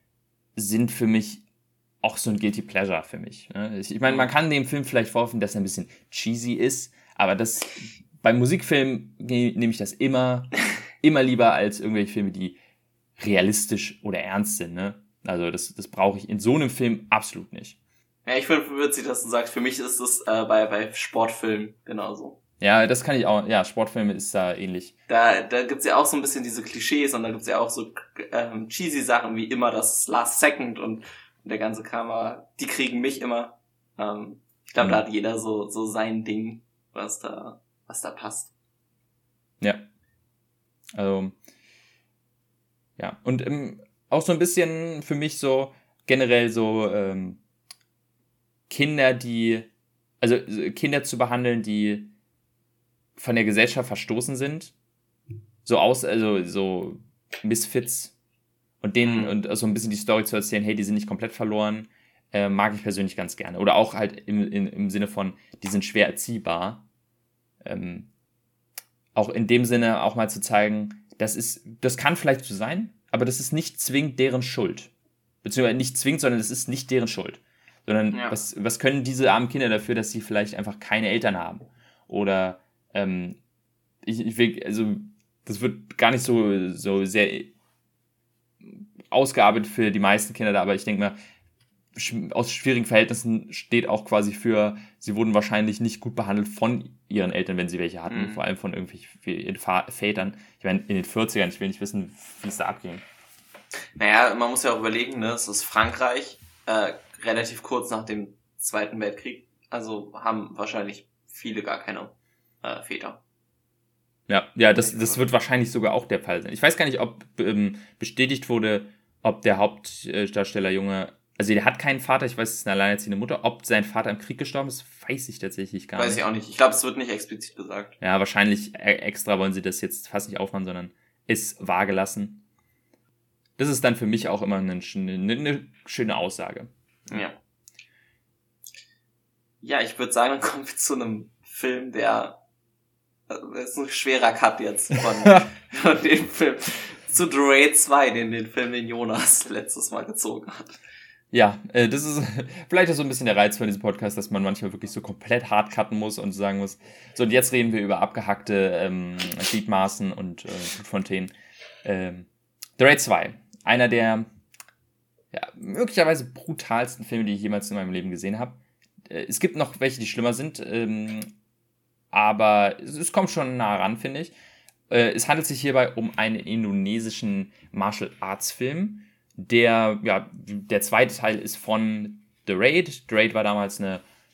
sind für mich auch so ein Guilty Pleasure für mich. Ich meine, man kann dem Film vielleicht vorwerfen, dass er ein bisschen cheesy ist, aber das beim Musikfilm nehme ich das immer, immer lieber als irgendwelche Filme, die realistisch oder ernst sind. Ne? Also das, das brauche ich in so einem Film absolut nicht. Ja, ich finde witzig, dass du sagst, für mich ist es äh, bei, bei Sportfilmen genauso. Ja, das kann ich auch. Ja, Sportfilme ist da ähnlich. Da, da gibt's ja auch so ein bisschen diese Klischees und da gibt's ja auch so ähm, cheesy Sachen wie immer das Last Second und der ganze Kram, aber die kriegen mich immer. Ähm, ich glaube, Mhm. da hat jeder so so sein Ding, was da was da passt. Ja. Also, ja. Und ähm, auch so ein bisschen für mich so generell so ähm, Kinder, die, also Kinder zu behandeln, die von der Gesellschaft verstoßen sind, so aus, also so Misfits und denen Mhm. und so ein bisschen die Story zu erzählen, hey, die sind nicht komplett verloren, äh, mag ich persönlich ganz gerne. Oder auch halt im, im, im Sinne von, die sind schwer erziehbar. Ähm, auch in dem Sinne auch mal zu zeigen, das ist, das kann vielleicht so sein, aber das ist nicht zwingend deren Schuld. Beziehungsweise nicht zwingend, sondern das ist nicht deren Schuld. Sondern Ja. was, was können diese armen Kinder dafür, dass sie vielleicht einfach keine Eltern haben? Oder ähm, ich, ich will, also das wird gar nicht so, so sehr ausgearbeitet für die meisten Kinder da, aber ich denke mal, sch- aus schwierigen Verhältnissen steht auch quasi für, sie wurden wahrscheinlich nicht gut behandelt von ihren Eltern, wenn sie welche hatten, Mhm. vor allem von irgendwelchen Fa- Vätern. Ich meine, in den vierzigern, ich will nicht wissen, wie es da abging. Naja, man muss ja auch überlegen, ne, es ist Frankreich, äh, relativ kurz nach dem Zweiten Weltkrieg, also haben wahrscheinlich viele gar keine äh, Väter. Ja, ja, das, das wird wahrscheinlich sogar auch der Fall sein. Ich weiß gar nicht, ob ähm, bestätigt wurde, ob der Hauptdarsteller Junge, also der hat keinen Vater, ich weiß, es ist eine alleinerziehende Mutter, ob sein Vater im Krieg gestorben ist, weiß ich tatsächlich gar Weiß nicht. ich auch nicht. Ich glaube, es wird nicht explizit gesagt. Ja, wahrscheinlich e- extra wollen sie das jetzt fast nicht aufmachen, sondern ist wahrgelassen. Das ist dann für mich auch immer eine, eine, eine schöne Aussage. Ja. Ja, ich würde sagen, dann kommen wir zu einem Film, der das ist ein schwerer Cut jetzt von, von dem Film zu The Raid zwei, den, den Film, den Jonas letztes Mal gezogen hat. Ja, äh, das ist vielleicht auch so ein bisschen der Reiz von diesem Podcast, dass man manchmal wirklich so komplett hart cutten muss und sagen muss, so und jetzt reden wir über abgehackte ähm, Gliedmaßen und äh, Blutfontänen. Ähm, The Raid zwei, einer der ja, möglicherweise brutalsten Filme, die ich jemals in meinem Leben gesehen habe. Äh, es gibt noch welche, die schlimmer sind, ähm, aber es, es kommt schon nah ran, finde ich. Äh, es handelt sich hierbei um einen indonesischen Martial Arts Film. Der, ja, der zweite Teil ist von The Raid. The Raid war damals eine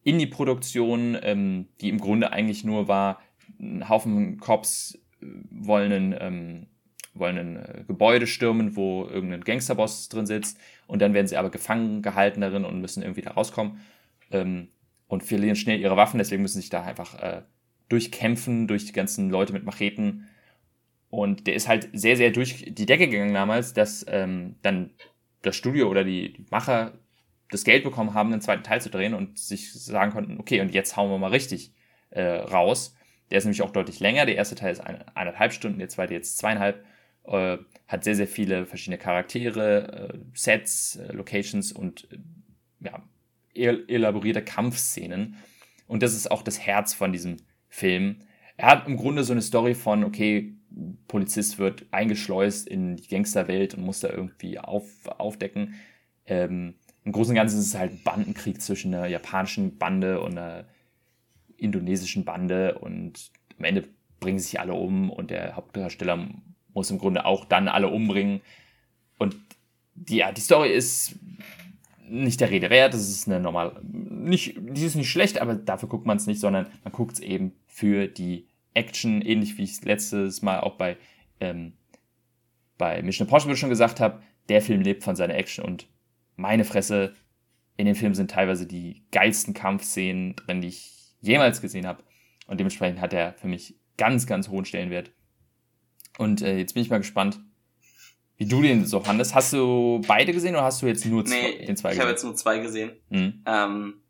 Indie-Produktion, ähm, die im Grunde eigentlich nur war, ein Haufen Cops wollen ein, ähm, wollen ein äh, Gebäude stürmen, wo irgendein Gangsterboss drin sitzt und dann werden sie aber gefangen gehalten darin und müssen irgendwie da rauskommen ähm, und verlieren schnell ihre Waffen, deswegen müssen sie sich da einfach äh, durchkämpfen, durch die ganzen Leute mit Macheten. Und der ist halt sehr, sehr durch die Decke gegangen damals, dass ähm, dann das Studio oder die, die Macher das Geld bekommen haben, einen zweiten Teil zu drehen und sich sagen konnten, okay, und jetzt hauen wir mal richtig äh, raus. Der ist nämlich auch deutlich länger. Der erste Teil ist eine, eineinhalb Stunden, der zweite jetzt zweieinhalb. Äh, hat sehr, sehr viele verschiedene Charaktere, äh, Sets, äh, Locations und äh, ja, el- elaborierte Kampfszenen. Und das ist auch das Herz von diesem Film. Er hat im Grunde so eine Story von, okay, Polizist wird eingeschleust in die Gangsterwelt und muss da irgendwie auf, aufdecken. Ähm, Im Großen und Ganzen ist es halt ein Bandenkrieg zwischen einer japanischen Bande und einer indonesischen Bande und am Ende bringen sich alle um und der Hauptdarsteller muss im Grunde auch dann alle umbringen. Und die, ja, die Story ist nicht der Rede wert, das ist eine normal, nicht, die ist nicht schlecht, aber dafür guckt man es nicht, sondern man guckt es eben für die Action, ähnlich wie ich es letztes Mal auch bei, ähm, bei Mission Impossible schon gesagt habe, der Film lebt von seiner Action und meine Fresse, in dem Film sind teilweise die geilsten Kampfszenen drin, die ich jemals gesehen habe. Und dementsprechend hat er für mich ganz, ganz hohen Stellenwert. Und äh, jetzt bin ich mal gespannt, wie du den so fandest. Hast du beide gesehen oder hast du jetzt nur nee, zwei, den zwei ich gesehen? habe jetzt nur zwei gesehen. Mhm. Ähm,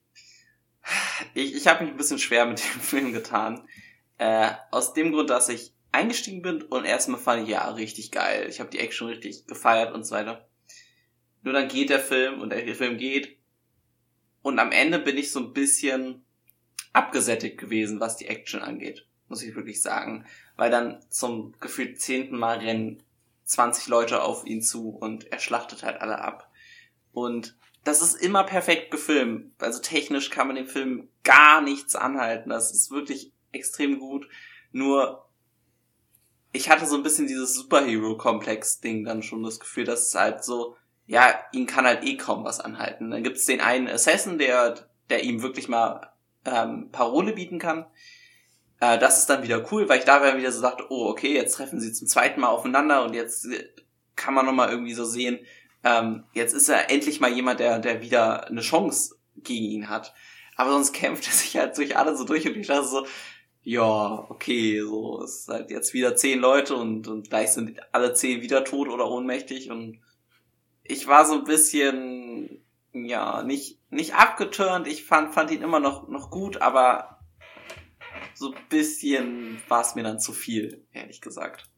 ich ich habe mich ein bisschen schwer mit dem Film getan. Äh, aus dem Grund, dass ich eingestiegen bin und erstmal fand ich, ja, richtig geil. Ich habe die Action richtig gefeiert und so weiter. Nur dann geht der Film und der Film geht. Und am Ende bin ich so ein bisschen abgesättigt gewesen, was die Action angeht. Muss ich wirklich sagen. Weil dann zum gefühlt zehnten Mal rennen zwanzig Leute auf ihn zu und er schlachtet halt alle ab. Und das ist immer perfekt gefilmt. Also technisch kann man dem Film gar nichts anhalten. Das ist wirklich extrem gut. Nur, ich hatte so ein bisschen dieses Superhero-Komplex-Ding dann schon das Gefühl, dass es halt so, ja, ihn kann halt eh kaum was anhalten. Dann gibt's den einen Assassin, der, der ihm wirklich mal ähm, Parole bieten kann. Äh, das ist dann wieder cool, weil ich da wieder so dachte, oh, okay, jetzt treffen sie zum zweiten Mal aufeinander und jetzt kann man nochmal irgendwie so sehen, ähm, jetzt ist er endlich mal jemand, der, der wieder eine Chance gegen ihn hat. Aber sonst kämpft er sich halt durch alle so durch und ich dachte so, ja, okay, so ist halt jetzt wieder zehn Leute und, und gleich sind alle zehn wieder tot oder ohnmächtig und ich war so ein bisschen, ja, nicht, nicht abgeturnt, ich fand, fand ihn immer noch, noch gut, aber so ein bisschen war es mir dann zu viel, ehrlich gesagt.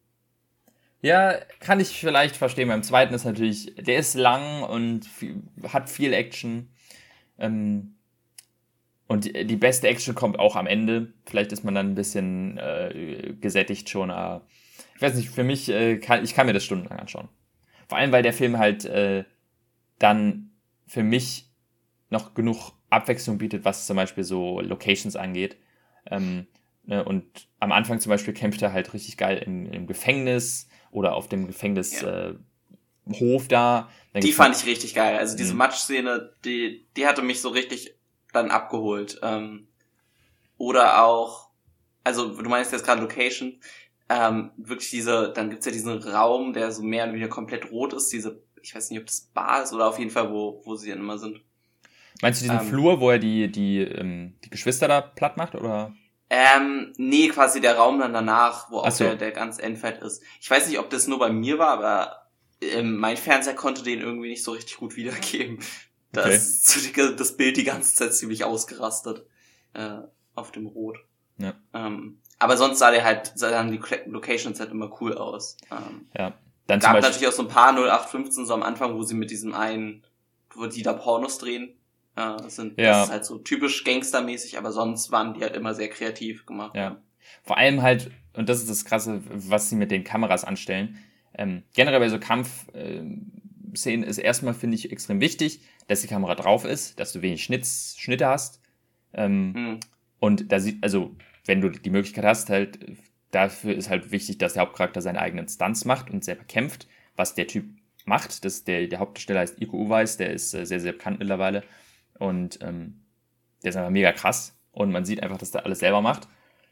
Ja, kann ich vielleicht verstehen. Beim zweiten ist natürlich, der ist lang und viel, hat viel Action. Ähm, und die, die beste Action kommt auch am Ende. Vielleicht ist man dann ein bisschen äh, gesättigt schon. Aber ich weiß nicht, für mich, äh, kann, ich kann mir das stundenlang anschauen. Vor allem, weil der Film halt äh, dann für mich noch genug Abwechslung bietet, was zum Beispiel so Locations angeht. Ähm, ne, und am Anfang zum Beispiel kämpft er halt richtig geil im, im Gefängnis oder auf dem Gefängnishof ja. äh, Hof da. Dann die fand ich richtig geil. Also diese Matschszene, die, die hatte mich so richtig dann abgeholt. Ähm, oder auch, also du meinst jetzt gerade Location, ähm, wirklich diese, dann gibt's ja diesen Raum, der so mehr oder weniger komplett rot ist, diese, ich weiß nicht, ob das Bar ist oder auf jeden Fall, wo, wo sie dann immer sind. Meinst du diesen ähm, Flur, wo er die, die, ähm, die Geschwister da platt macht, oder? Ähm, nee, quasi der Raum dann danach, wo auch so. der, der ganz Endfight ist. Ich weiß nicht, ob das nur bei mir war, aber ähm, mein Fernseher konnte den irgendwie nicht so richtig gut wiedergeben. Da okay. ist so die, das Bild die ganze Zeit ziemlich ausgerastet äh, auf dem Rot. Ja. Ähm, aber sonst sah der halt, sahen die Locations halt immer cool aus. Ähm, ja. Dann gab zum natürlich auch so ein paar null acht fünfzehn so am Anfang, wo sie mit diesem einen, wo die da Pornos drehen. Äh, sind, ja. Das ist halt so typisch gangstermäßig, aber sonst waren die halt immer sehr kreativ gemacht. Ja. Vor allem halt, und das ist das Krasse, was sie mit den Kameras anstellen. Ähm, generell bei so Kampfszenen äh, ist erstmal, finde ich, extrem wichtig, dass die Kamera drauf ist, dass du wenig Schnitz, Schnitte hast. Ähm, hm. Und da sieht, also, wenn du die Möglichkeit hast, halt, dafür ist halt wichtig, dass der Hauptcharakter seine eigenen Stunts macht und selber kämpft, was der Typ macht. Das, der, der Hauptdarsteller heißt Iko Uweis, der ist äh, sehr, sehr bekannt mittlerweile. Und ähm, der ist einfach mega krass und man sieht einfach, dass der alles selber macht.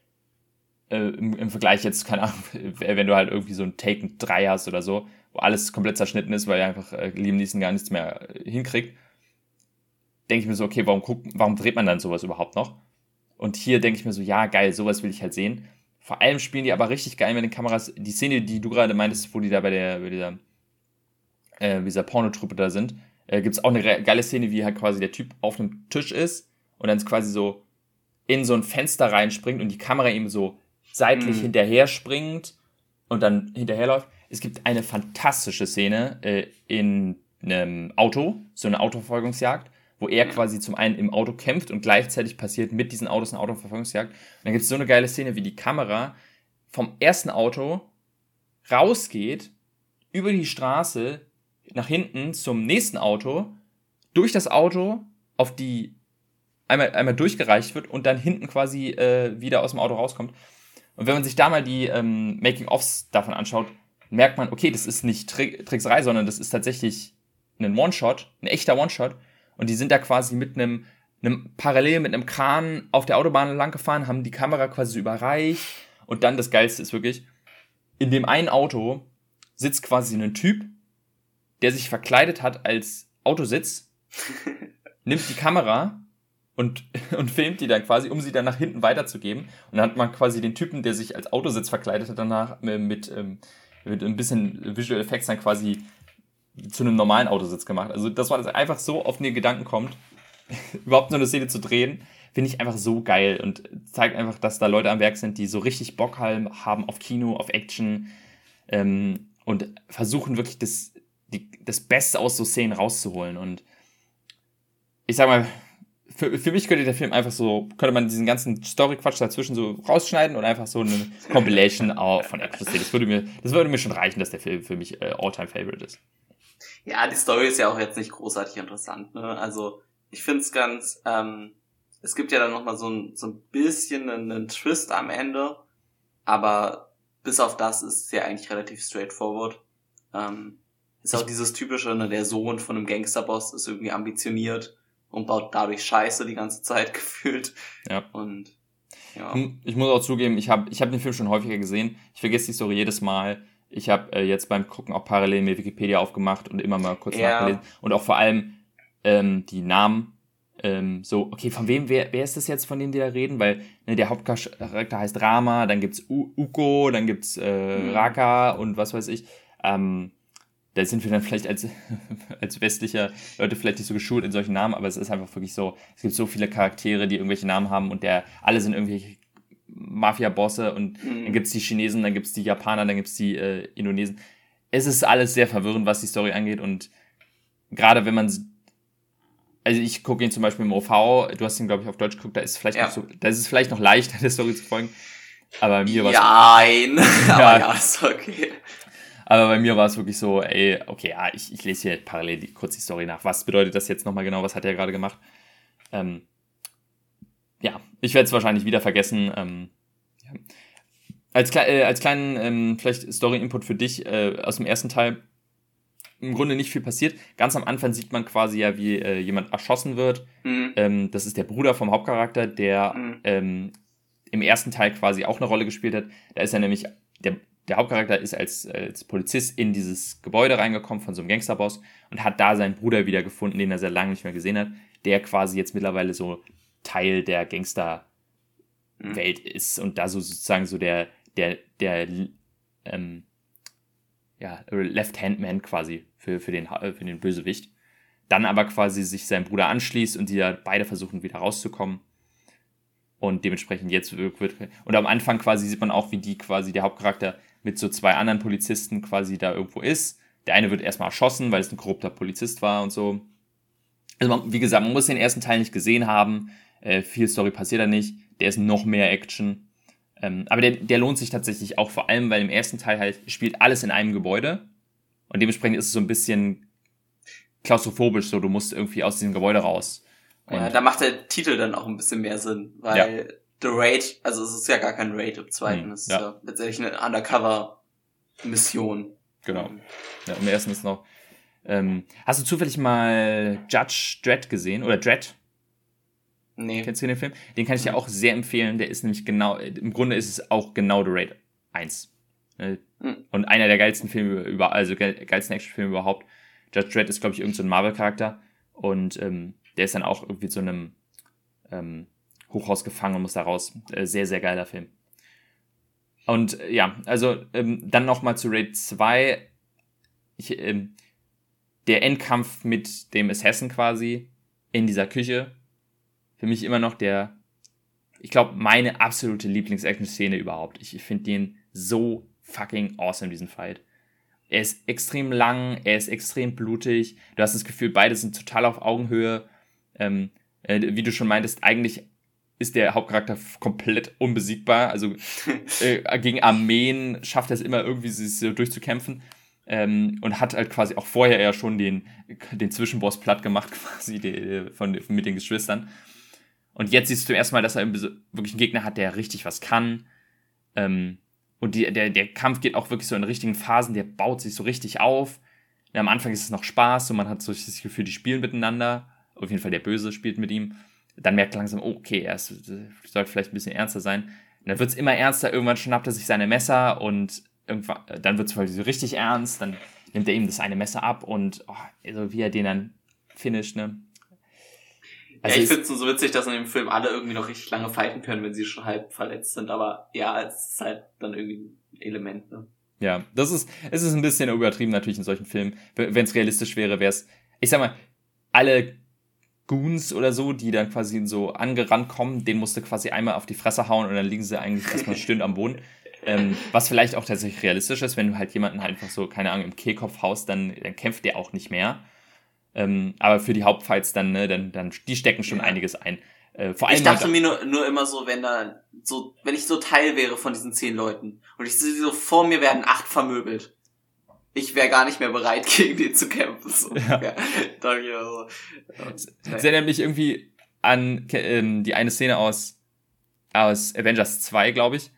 Äh, im, Im Vergleich jetzt, keine Ahnung, wenn du halt irgendwie so ein Taken drei hast oder so, wo alles komplett zerschnitten ist, weil einfach äh, Liam Neeson gar nichts mehr äh, hinkriegt, denke ich mir so, okay, warum guckt, warum dreht man dann sowas überhaupt noch? Und hier denke ich mir so, ja, geil, sowas will ich halt sehen. Vor allem spielen die aber richtig geil mit den Kameras. Die Szene, die du gerade meintest, wo die da bei der, bei dieser, äh, dieser Pornotruppe da sind, äh, gibt es auch eine re- geile Szene, wie halt quasi der Typ auf einem Tisch ist und dann quasi so in so ein Fenster reinspringt und die Kamera ihm so seitlich mhm. hinterher springt und dann hinterherläuft. Es gibt eine fantastische Szene äh, in einem Auto, so eine Autoverfolgungsjagd, wo er quasi zum einen im Auto kämpft und gleichzeitig passiert mit diesen Autos eine Autoverfolgungsjagd. Und dann gibt es so eine geile Szene, wie die Kamera vom ersten Auto rausgeht, über die Straße, nach hinten zum nächsten Auto, durch das Auto auf die einmal, einmal durchgereicht wird und dann hinten quasi äh, wieder aus dem Auto rauskommt. Und wenn man sich da mal die ähm, Making-ofs davon anschaut, merkt man, okay, das ist nicht Tri- Trickserei, sondern das ist tatsächlich ein One-Shot, ein echter One-Shot. Und die sind da quasi mit einem, einem parallel mit einem Kran auf der Autobahn lang gefahren, haben die Kamera quasi so überreicht. Und dann das Geilste ist wirklich, in dem einen Auto sitzt quasi ein Typ, der sich verkleidet hat als Autositz, nimmt die Kamera und, und filmt die dann quasi, um sie dann nach hinten weiterzugeben. Und dann hat man quasi den Typen, der sich als Autositz verkleidet hat, danach mit, mit, mit ein bisschen Visual Effects dann quasi zu einem normalen Autositz gemacht. Also, dass man einfach so auf den Gedanken kommt, überhaupt so eine Szene zu drehen, finde ich einfach so geil und zeigt einfach, dass da Leute am Werk sind, die so richtig Bock haben auf Kino, auf Action ähm, und versuchen wirklich das, die, das Beste aus so Szenen rauszuholen. Und ich sag mal, für, für mich könnte der Film einfach so, könnte man diesen ganzen Story-Quatsch dazwischen so rausschneiden und einfach so eine Compilation von Action-Szenen. Das würde mir, das würde mir schon reichen, dass der Film für mich äh, All-Time-Favorite ist. Ja, die Story ist ja auch jetzt nicht großartig interessant, ne? Also, ich find's ganz, ähm, es gibt ja dann nochmal so ein, so ein bisschen einen, einen Twist am Ende, aber bis auf das ist es ja eigentlich relativ straightforward. Ähm, ist auch dieses typische, ne, der Sohn von einem Gangsterboss ist irgendwie ambitioniert und baut dadurch Scheiße die ganze Zeit gefühlt. Ja. Und, ja. Ich muss auch zugeben, ich habe ich hab den Film schon häufiger gesehen. Ich vergesse die Story jedes Mal. Ich habe äh, jetzt beim Gucken auch parallel mir Wikipedia aufgemacht und immer mal kurz ja. nachgelesen. Und auch vor allem ähm, die Namen. Ähm, so, okay, von wem, wer, wer ist das jetzt, von denen die da reden? Weil ne, der Hauptcharakter heißt Rama, dann gibt's U- Uko, dann gibt's äh, mhm. Raka und was weiß ich. Ähm, da sind wir dann vielleicht als, als westlicher Leute vielleicht nicht so geschult in solchen Namen, aber es ist einfach wirklich so, es gibt so viele Charaktere, die irgendwelche Namen haben und der alle sind irgendwelche Mafia-Bosse und mhm. dann gibt's die Chinesen, dann gibt's die Japaner, dann gibt's die äh, Indonesen. Es ist alles sehr verwirrend, was die Story angeht und gerade wenn man, also ich gucke ihn zum Beispiel im O V, du hast ihn glaube ich auf Deutsch geguckt, da ist vielleicht ja. noch so, da ist es vielleicht noch leichter, der Story zu folgen, aber mir war Nein, aber ja, ist okay. Aber bei mir war es wirklich so, ey, okay, ja, ich, ich lese hier parallel die, kurz die Story nach. Was bedeutet das jetzt nochmal genau? Was hat er gerade gemacht? Ähm, ja, ich werde es wahrscheinlich wieder vergessen. Ähm, ja. Als, äh, als kleinen ähm, vielleicht Story-Input für dich äh, aus dem ersten Teil, im Grunde nicht viel passiert. Ganz am Anfang sieht man quasi ja, wie äh, jemand erschossen wird. Mhm. Ähm, das ist der Bruder vom Hauptcharakter, der mhm. ähm, im ersten Teil quasi auch eine Rolle gespielt hat. Da ist er nämlich, der, der Hauptcharakter ist als, als Polizist in dieses Gebäude reingekommen von so einem Gangsterboss und hat da seinen Bruder wieder gefunden, den er sehr lange nicht mehr gesehen hat, der quasi jetzt mittlerweile so Teil der Gangsterwelt mhm. ist und da so sozusagen so der, der, der, ähm, ja, Left-Hand-Man quasi für, für, den, für den Bösewicht. Dann aber quasi sich seinem Bruder anschließt und die ja beide versuchen wieder rauszukommen. Und dementsprechend jetzt wird, und am Anfang quasi sieht man auch, wie die quasi, der Hauptcharakter mit so zwei anderen Polizisten quasi da irgendwo ist. Der eine wird erstmal erschossen, weil es ein korrupter Polizist war und so. Also man, wie gesagt, man muss den ersten Teil nicht gesehen haben. Äh, viel Story passiert da nicht. Der ist noch mehr Action. Ähm, aber der, der lohnt sich tatsächlich auch vor allem, weil im ersten Teil halt spielt alles in einem Gebäude. Und dementsprechend ist es so ein bisschen klaustrophobisch, so du musst irgendwie aus diesem Gebäude raus. Und ja, da macht der Titel dann auch ein bisschen mehr Sinn, weil ja. The Raid, also es ist ja gar kein Raid im zweiten, hm, es ist ja. ja letztendlich eine Undercover-Mission. Genau. Ja, im ersten ist noch. Ähm, hast du zufällig mal Judge Dredd gesehen? Oder Dredd? Nee. Kennst du den Film? Den kann ich dir auch sehr empfehlen. Der ist nämlich genau, im Grunde ist es auch genau The Raid eins. Mhm. Und einer der geilsten Filme über, also geilsten Actionfilme überhaupt. Judge Dredd ist, glaube ich, irgendein so ein Marvel-Charakter. Und ähm, der ist dann auch irgendwie zu einem ähm, Hochhaus gefangen und muss da raus. Äh, sehr, sehr geiler Film. Und äh, ja, also ähm, dann nochmal zu Raid zwei. Ich, ähm, der Endkampf mit dem Assassin quasi in dieser Küche. Für mich immer noch der, ich glaube, meine absolute Lieblings-Action-Szene überhaupt. Ich, ich finde den so fucking awesome, diesen Fight. Er ist extrem lang, er ist extrem blutig. Du hast das Gefühl, beide sind total auf Augenhöhe. Ähm, äh, wie du schon meintest, eigentlich ist der Hauptcharakter komplett unbesiegbar. Also äh, gegen Armeen schafft er es immer irgendwie, sich so durchzukämpfen. Ähm, und hat halt quasi auch vorher ja schon den, den Zwischenboss platt gemacht, quasi die, von, mit den Geschwistern. Und jetzt siehst du erstmal, dass er wirklich einen Gegner hat, der richtig was kann. Ähm, und die, der, der Kampf geht auch wirklich so in richtigen Phasen, der baut sich so richtig auf. Ja, am Anfang ist es noch Spaß und man hat so das Gefühl, die spielen miteinander. Auf jeden Fall der Böse spielt mit ihm. Dann merkt er langsam, oh, okay, er ist, sollte vielleicht ein bisschen ernster sein. Und dann wird es immer ernster, irgendwann schnappt er sich seine Messer und irgendwann, dann wird es so richtig ernst, dann nimmt er ihm das eine Messer ab und oh, also wie er den dann finisht, ne? Also ja, ich finde es so witzig, dass in dem Film alle irgendwie noch richtig lange fighten können, wenn sie schon halb verletzt sind, aber ja, es ist halt dann irgendwie ein Element, ne? Ja, das ist, es ist ein bisschen übertrieben natürlich in solchen Filmen. Wenn es realistisch wäre, wäre es, ich sag mal, alle Goons oder so, die dann quasi so angerannt kommen, den musst du quasi einmal auf die Fresse hauen und dann liegen sie eigentlich erstmal stünd am Boden. Ähm, was vielleicht auch tatsächlich realistisch ist, wenn du halt jemanden halt einfach so, keine Ahnung, im Kehlkopf haust, dann, dann kämpft der auch nicht mehr. Ähm, aber für die Hauptfights dann, ne, dann, dann, die stecken schon ja. einiges ein. Äh, vor allem ich dachte mir nur, nur immer so, wenn da, so, wenn ich so Teil wäre von diesen zehn Leuten und ich sehe so, vor mir werden acht vermöbelt. Ich wäre gar nicht mehr bereit, gegen den zu kämpfen. So. Ja. Ja, dachte ich mir so. Das erinnert mich irgendwie an ähm, die eine Szene aus, aus Avengers zwei, glaube ich,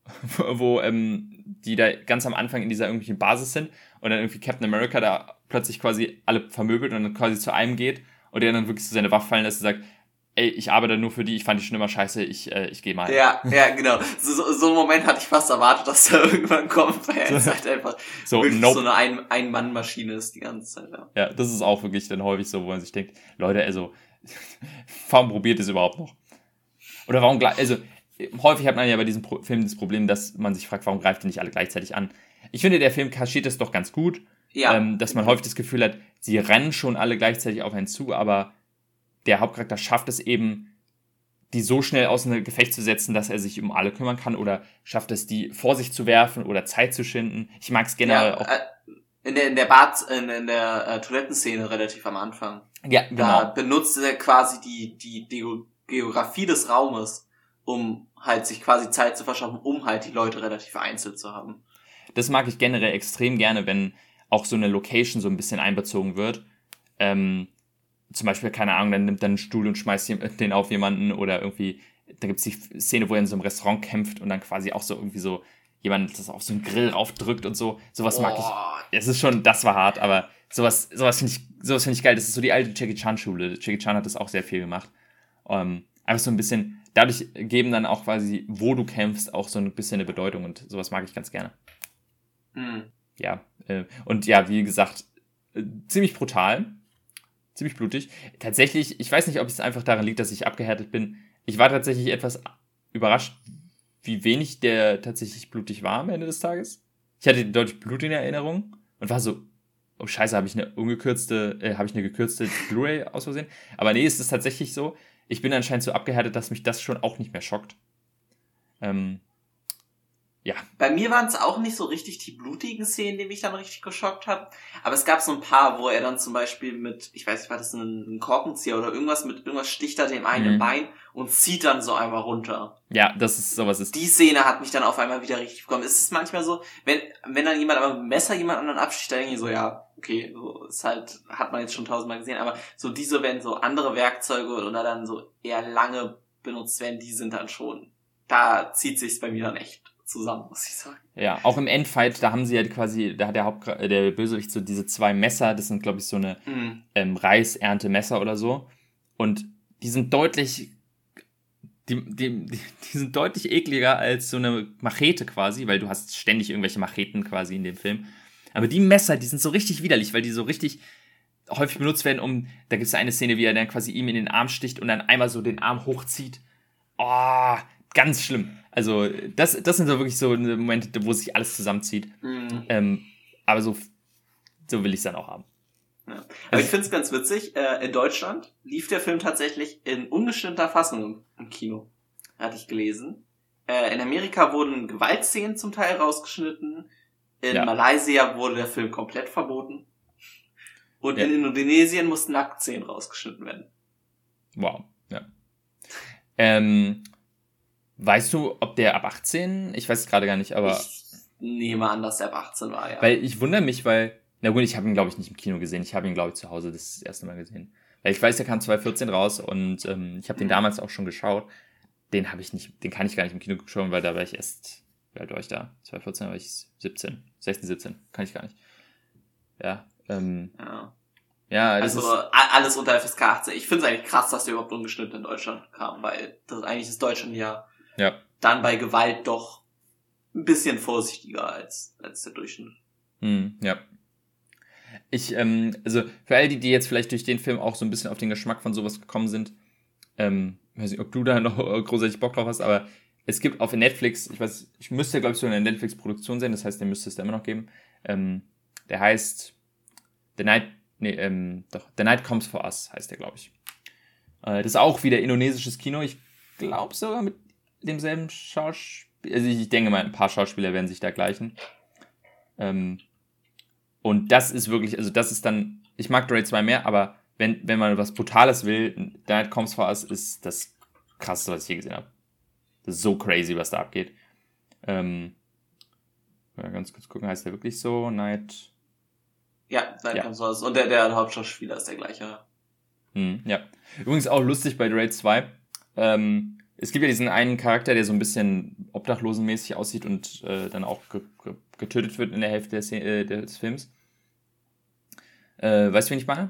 wo ähm, die da ganz am Anfang in dieser irgendwelchen Basis sind und dann irgendwie Captain America da plötzlich quasi alle vermöbelt und dann quasi zu einem geht und der dann wirklich so seine Waffe fallen lässt und sagt, ey, ich arbeite nur für die, ich fand die schon immer scheiße, ich äh, ich gehe mal. Ja, ja, genau. So, so, so einen Moment hatte ich fast erwartet, dass da irgendwann kommt, weil er jetzt halt einfach so, wirklich nope. so eine Ein- Ein-Mann-Maschine ist die ganze Zeit. Ja. ja, das ist auch wirklich dann häufig so, wo man sich denkt, Leute, also, warum probiert ihr es überhaupt noch? Oder warum, also, häufig hat man ja bei diesem Pro- Film das Problem, dass man sich fragt, warum greift ihr nicht alle gleichzeitig an? Ich finde, der Film kaschiert es doch ganz gut, ja. ähm, dass man häufig das Gefühl hat, sie rennen schon alle gleichzeitig auf einen zu, aber der Hauptcharakter schafft es eben, die so schnell aus einem Gefecht zu setzen, dass er sich um alle kümmern kann oder schafft es, die vor sich zu werfen oder Zeit zu schinden. Ich mag es generell ja, auch. Äh, in der, in der Bad, in, in der äh, Toilettenszene relativ am Anfang. Ja, genau. Da benutzt er quasi die, die, die Geografie des Raumes, um halt sich quasi Zeit zu verschaffen, um halt die Leute relativ vereinzelt zu haben. Das mag ich generell extrem gerne, wenn auch so eine Location so ein bisschen einbezogen wird. Ähm, zum Beispiel, keine Ahnung, dann nimmt er einen Stuhl und schmeißt den auf jemanden oder irgendwie, da gibt es die Szene, wo er in so einem Restaurant kämpft und dann quasi auch so irgendwie so jemand das auf so einen Grill raufdrückt und so. Sowas oh. mag ich. Es ist schon, das war hart, aber sowas, sowas finde ich, sowas finde ich geil. Das ist so die alte Jackie Chan Schule. Jackie Chan hat das auch sehr viel gemacht. Ähm, einfach so ein bisschen, dadurch geben dann auch quasi, wo du kämpfst, auch so ein bisschen eine Bedeutung und sowas mag ich ganz gerne. Mhm. Ja, äh, und ja, wie gesagt, äh, ziemlich brutal. Ziemlich blutig. Tatsächlich, ich weiß nicht, ob es einfach daran liegt, dass ich abgehärtet bin. Ich war tatsächlich etwas überrascht, wie wenig der tatsächlich blutig war am Ende des Tages. Ich hatte deutlich Blut in Erinnerung und war so, oh scheiße, habe ich eine ungekürzte, äh, habe ich eine gekürzte Blu-ray aus Versehen? Aber nee, es ist tatsächlich so. Ich bin anscheinend so abgehärtet, dass mich das schon auch nicht mehr schockt. Ähm, ja. Bei mir waren es auch nicht so richtig die blutigen Szenen, die mich dann richtig geschockt haben. Aber es gab so ein paar, wo er dann zum Beispiel mit, ich weiß nicht, war das ein, ein Korkenzieher oder irgendwas mit, irgendwas sticht er dem einen mhm. Bein und zieht dann so einmal runter. Ja, das ist, sowas ist. Die Szene hat mich dann auf einmal wieder richtig bekommen. Es ist manchmal so, wenn, wenn dann jemand aber mit dem Messer jemand anderen absticht, dann denke ich so, ja, okay, so ist halt, hat man jetzt schon tausendmal gesehen, aber so diese, wenn so andere Werkzeuge oder dann so eher lange benutzt werden, die sind dann schon, da zieht sich's bei mir dann echt zusammen, muss ich sagen. Ja, auch im Endfight, da haben sie ja quasi, da hat der Haupt, der Bösewicht so diese zwei Messer, das sind glaube ich so eine mm. ähm, Reisernte-Messer oder so und die sind deutlich Die, die, die, die sind deutlich ekliger als so eine Machete quasi, weil du hast ständig irgendwelche Macheten quasi in dem Film. Aber die Messer, die sind so richtig widerlich, weil die so richtig häufig benutzt werden, um, da gibt es eine Szene, wie er dann quasi ihm in den Arm sticht und dann einmal so den Arm hochzieht. Oh, ganz schlimm. Also das, das sind so wirklich so Momente, wo sich alles zusammenzieht. Mhm. Ähm, aber so, so will ich es dann auch haben. Ja. Aber also, ich finde es ganz witzig, äh, in Deutschland lief der Film tatsächlich in unbestimmter Fassung im, im Kino. Hatte ich gelesen. Äh, in Amerika wurden Gewaltszenen zum Teil rausgeschnitten. In ja. Malaysia wurde der Film komplett verboten. Und ja. in Indonesien mussten Nacktszenen rausgeschnitten werden. Wow, ja. Ähm, weißt du, ob der ab achtzehn? Ich weiß es gerade gar nicht, aber... Ich nehme an, dass der ab achtzehn war, ja. Weil ich wundere mich, weil... Na gut, ich habe ihn, glaube ich, nicht im Kino gesehen. Ich habe ihn, glaube ich, zu Hause das, das erste Mal gesehen. Weil ich weiß, der kam zwanzig vierzehn raus und ähm, ich habe den damals auch schon geschaut. Den habe ich nicht, den kann ich gar nicht im Kino schauen, weil da war ich erst, wie alt war ich da? zwanzig vierzehn war ich siebzehn, sechzehn, siebzehn. Kann ich gar nicht. Ja, ähm. Ja. Ja, das also ist, alles unter F S K achtzehn. Ich finde es eigentlich krass, dass der überhaupt ungeschnitten in Deutschland kam, weil das eigentlich ist Deutschland ja, ja dann bei Gewalt doch ein bisschen vorsichtiger als, als der Durchschnitt. Hm, ja. Ich, ähm, also für all die, die jetzt vielleicht durch den Film auch so ein bisschen auf den Geschmack von sowas gekommen sind, ähm, weiß nicht, ob du da noch großartig Bock drauf hast, aber es gibt auf Netflix, ich weiß, ich müsste, glaube ich, so eine Netflix-Produktion sein, das heißt, den müsste es da immer noch geben, ähm, der heißt The Night, nee, ähm, doch, The Night Comes for Us heißt der, glaube ich. Äh, das ist auch wieder indonesisches Kino, ich glaube sogar mit demselben Schauspieler, also ich denke mal, ein paar Schauspieler werden sich da gleichen. Ähm, Und das ist wirklich, also das ist dann, ich mag The Raid zwei mehr, aber wenn, wenn man was Brutales will, The Night Comes for Us ist das krasseste, was ich je gesehen habe. Das ist so crazy, was da abgeht. Ähm, ja, ganz kurz gucken, heißt der wirklich so? Night? Ja, Night ja. Comes for Us. Und der, der Hauptschauspieler ist der gleiche. Hm, ja. Übrigens auch lustig bei The Raid zwei. Ähm, es gibt ja diesen einen Charakter, der so ein bisschen obdachlosenmäßig aussieht und äh, dann auch ge- ge- getötet wird in der Hälfte des, äh, des Films. Äh, weißt du, wen ich meine?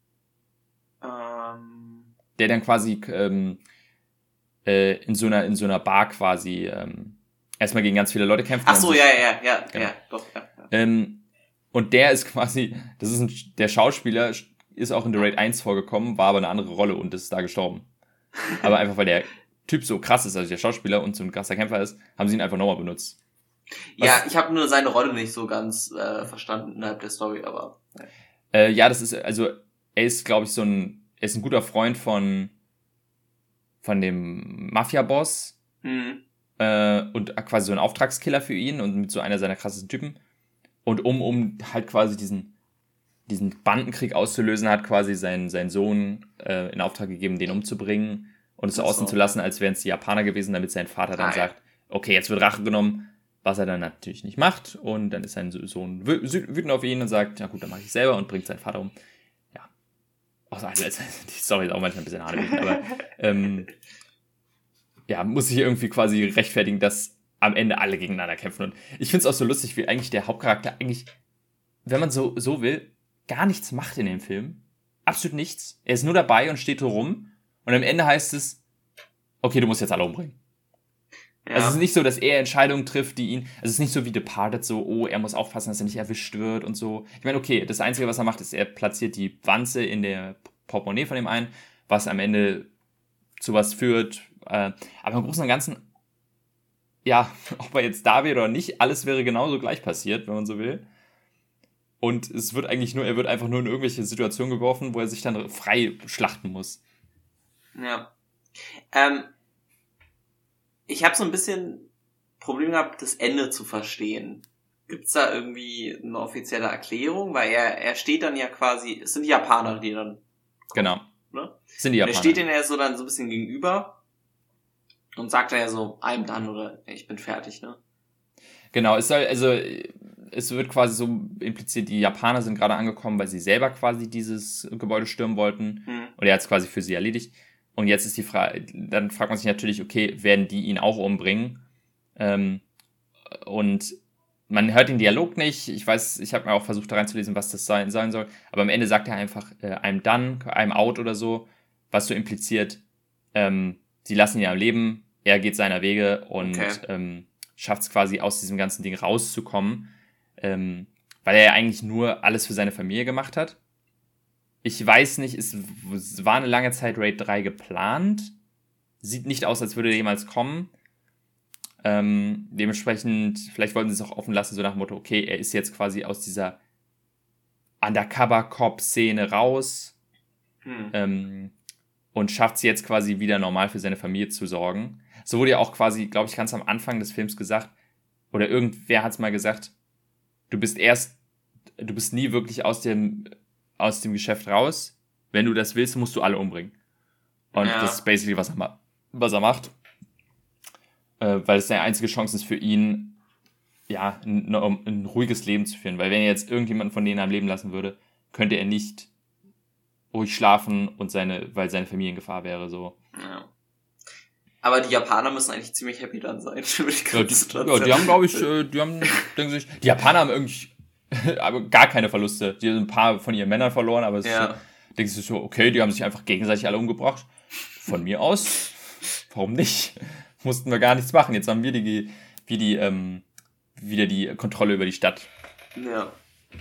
Ähm. Der dann quasi ähm, äh, in so einer in so einer Bar quasi ähm, erstmal gegen ganz viele Leute kämpft. Ach so, ja, ja, ja, genau. ja, doch, ja. ja. Ähm, und der ist quasi, das ist ein, der Schauspieler ist auch in The Raid eins vorgekommen, war aber eine andere Rolle und ist da gestorben. Aber einfach, weil der Typ so krass ist, also der Schauspieler und so ein krasser Kämpfer ist, haben sie ihn einfach nochmal benutzt. Was? Ja, ich habe nur seine Rolle nicht so ganz äh, verstanden innerhalb der Story, aber... Ja. Äh, ja, das ist, also, er ist, glaube ich, so ein, er ist ein guter Freund von, von dem Mafia-Boss, mhm. äh, und quasi so ein Auftragskiller für ihn und mit so einer seiner krassesten Typen. Und um, um halt quasi diesen, diesen Bandenkrieg auszulösen, hat quasi sein, sein Sohn, äh, in Auftrag gegeben, den umzubringen und es so aussehen zu lassen, als wären es die Japaner gewesen, damit sein Vater dann ah, sagt, ja. okay, jetzt wird Rache genommen, was er dann natürlich nicht macht und dann ist sein Sohn wütend auf ihn und sagt, ja gut, dann mache ich selber und bringt seinen Vater um. Ja. Also, die Story ist auch manchmal ein bisschen hart, aber ähm, ja, muss sich irgendwie quasi rechtfertigen, dass am Ende alle gegeneinander kämpfen. Und ich finde es auch so lustig, wie eigentlich der Hauptcharakter eigentlich, wenn man so, so will, gar nichts macht in dem Film. Absolut nichts. Er ist nur dabei und steht so rum und am Ende heißt es, okay, du musst jetzt alle umbringen. Ja. Also es ist nicht so, dass er Entscheidungen trifft, die ihn... Also es ist nicht so wie Departed, so, oh, er muss aufpassen, dass er nicht erwischt wird und so. Ich meine, okay, das Einzige, was er macht, ist, er platziert die Wanze in der Portemonnaie von dem einen, was am Ende zu was führt. Aber im Großen und Ganzen, ja, ob er jetzt da wäre oder nicht, alles wäre genauso gleich passiert, wenn man so will. Und es wird eigentlich nur, er wird einfach nur in irgendwelche Situationen geworfen, wo er sich dann frei schlachten muss. Ja. Ähm... Ich habe so ein bisschen Probleme gehabt, das Ende zu verstehen. Gibt's da irgendwie eine offizielle Erklärung? Weil er er steht dann ja quasi, es sind die Japaner, die dann kommen, genau, ne? Es sind die Japaner. Er steht denen ja so dann so ein bisschen gegenüber und sagt dann ja so, I'm done oder ich bin fertig, ne? Genau, es soll, also es wird quasi so impliziert, die Japaner sind gerade angekommen, weil sie selber quasi dieses Gebäude stürmen wollten hm. und er hat es quasi für sie erledigt. Und jetzt ist die Frage, dann fragt man sich natürlich, okay, werden die ihn auch umbringen? Ähm, und man hört den Dialog nicht. Ich weiß, ich habe mir auch versucht, da reinzulesen, was das sein, sein soll. Aber am Ende sagt er einfach, äh, I'm done, I'm out oder so, was so impliziert, ähm, sie lassen ihn am Leben, er geht seiner Wege und Okay. ähm, schafft es quasi aus diesem ganzen Ding rauszukommen, ähm, weil er ja eigentlich nur alles für seine Familie gemacht hat. Ich weiß nicht, es w- war eine lange Zeit Raid drei geplant. Sieht nicht aus, als würde er jemals kommen. Ähm, dementsprechend, vielleicht wollten sie es auch offen lassen, so nach dem Motto, okay, er ist jetzt quasi aus dieser Undercover-Cop-Szene raus Hm. ähm, und schafft es jetzt quasi wieder normal für seine Familie zu sorgen. So wurde ja auch quasi, glaube ich, ganz am Anfang des Films gesagt, oder irgendwer hat es mal gesagt, du bist erst, du bist nie wirklich aus dem, aus dem Geschäft raus. Wenn du das willst, musst du alle umbringen. Und Ja. das ist basically, was er, ma- was er macht. Äh, weil es seine einzige Chance ist für ihn, ja, ein, ein, ein ruhiges Leben zu führen. Weil wenn er jetzt irgendjemanden von denen am Leben lassen würde, könnte er nicht ruhig schlafen und seine, weil seine Familie in Gefahr wäre, so. Ja. Aber die Japaner müssen eigentlich ziemlich happy dann sein über die Ja, ganze die, Situation. ja, die haben, glaube ich, äh, die haben, denken sich, die Japaner haben irgendwie aber gar keine Verluste. Die haben ein paar von ihren Männern verloren, aber es ist Ja. so, denken sich so, okay, die haben sich einfach gegenseitig alle umgebracht. Von mir aus, warum nicht? Mussten wir gar nichts machen. Jetzt haben wir die, wie die, ähm, wieder die Kontrolle über die Stadt. Ja.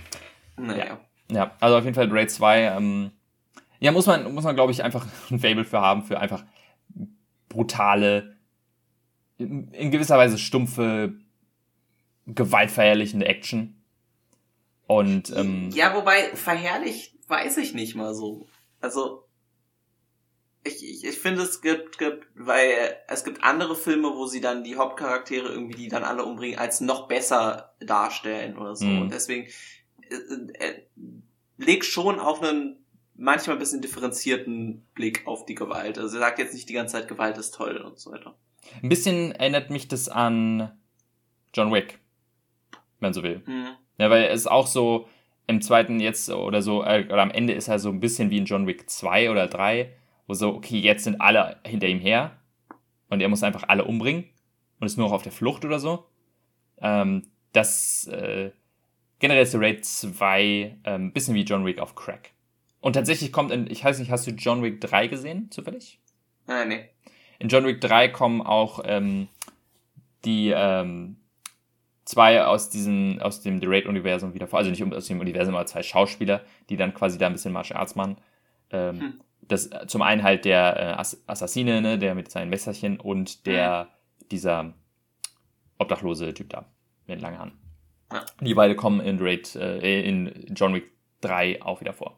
Naja. Ja, also auf jeden Fall Raid zwei, ähm, ja, muss man, muss man, glaube ich, einfach ein Faible für haben, für einfach brutale, in in gewisser Weise stumpfe, gewaltverherrlichende Action. Und, ähm, Ja, wobei, verherrlicht weiß ich nicht mal so. Also, ich, ich, ich finde, es gibt, gibt, weil es gibt andere Filme, wo sie dann die Hauptcharaktere irgendwie, die dann alle umbringen, als noch besser darstellen oder so. Mhm. Und deswegen, äh, äh, leg schon auf einen manchmal ein bisschen differenzierten Blick auf die Gewalt. Also, er sagt jetzt nicht die ganze Zeit, Gewalt ist toll und so weiter. ein bisschen erinnert mich das an John Wick, wenn man so will. Hm. Ja, weil es auch so im zweiten jetzt oder so, äh, oder am Ende ist er so ein bisschen wie in John Wick zwei oder drei, wo so, okay, jetzt sind alle hinter ihm her und er muss einfach alle umbringen und ist nur noch auf der Flucht oder so. Ähm, das, äh, generell ist der Raid zwei ein ähm, bisschen wie John Wick auf Crack. Und tatsächlich kommt in, ich weiß nicht, hast du John Wick drei gesehen, zufällig? Nein, nee. In John Wick drei kommen auch ähm, die ähm, zwei aus diesem, aus dem The Raid-Universum wieder vor. Also nicht aus dem Universum, aber zwei Schauspieler, die dann quasi da ein bisschen Martial Arts machen. Ähm, Hm. Das zum einen halt der äh, Ass- Assassine, ne, der mit seinen Messerchen und der, dieser obdachlose Typ da mit langen Haaren. Ja. Die beide kommen in Raid, äh, in John Wick drei auch wieder vor.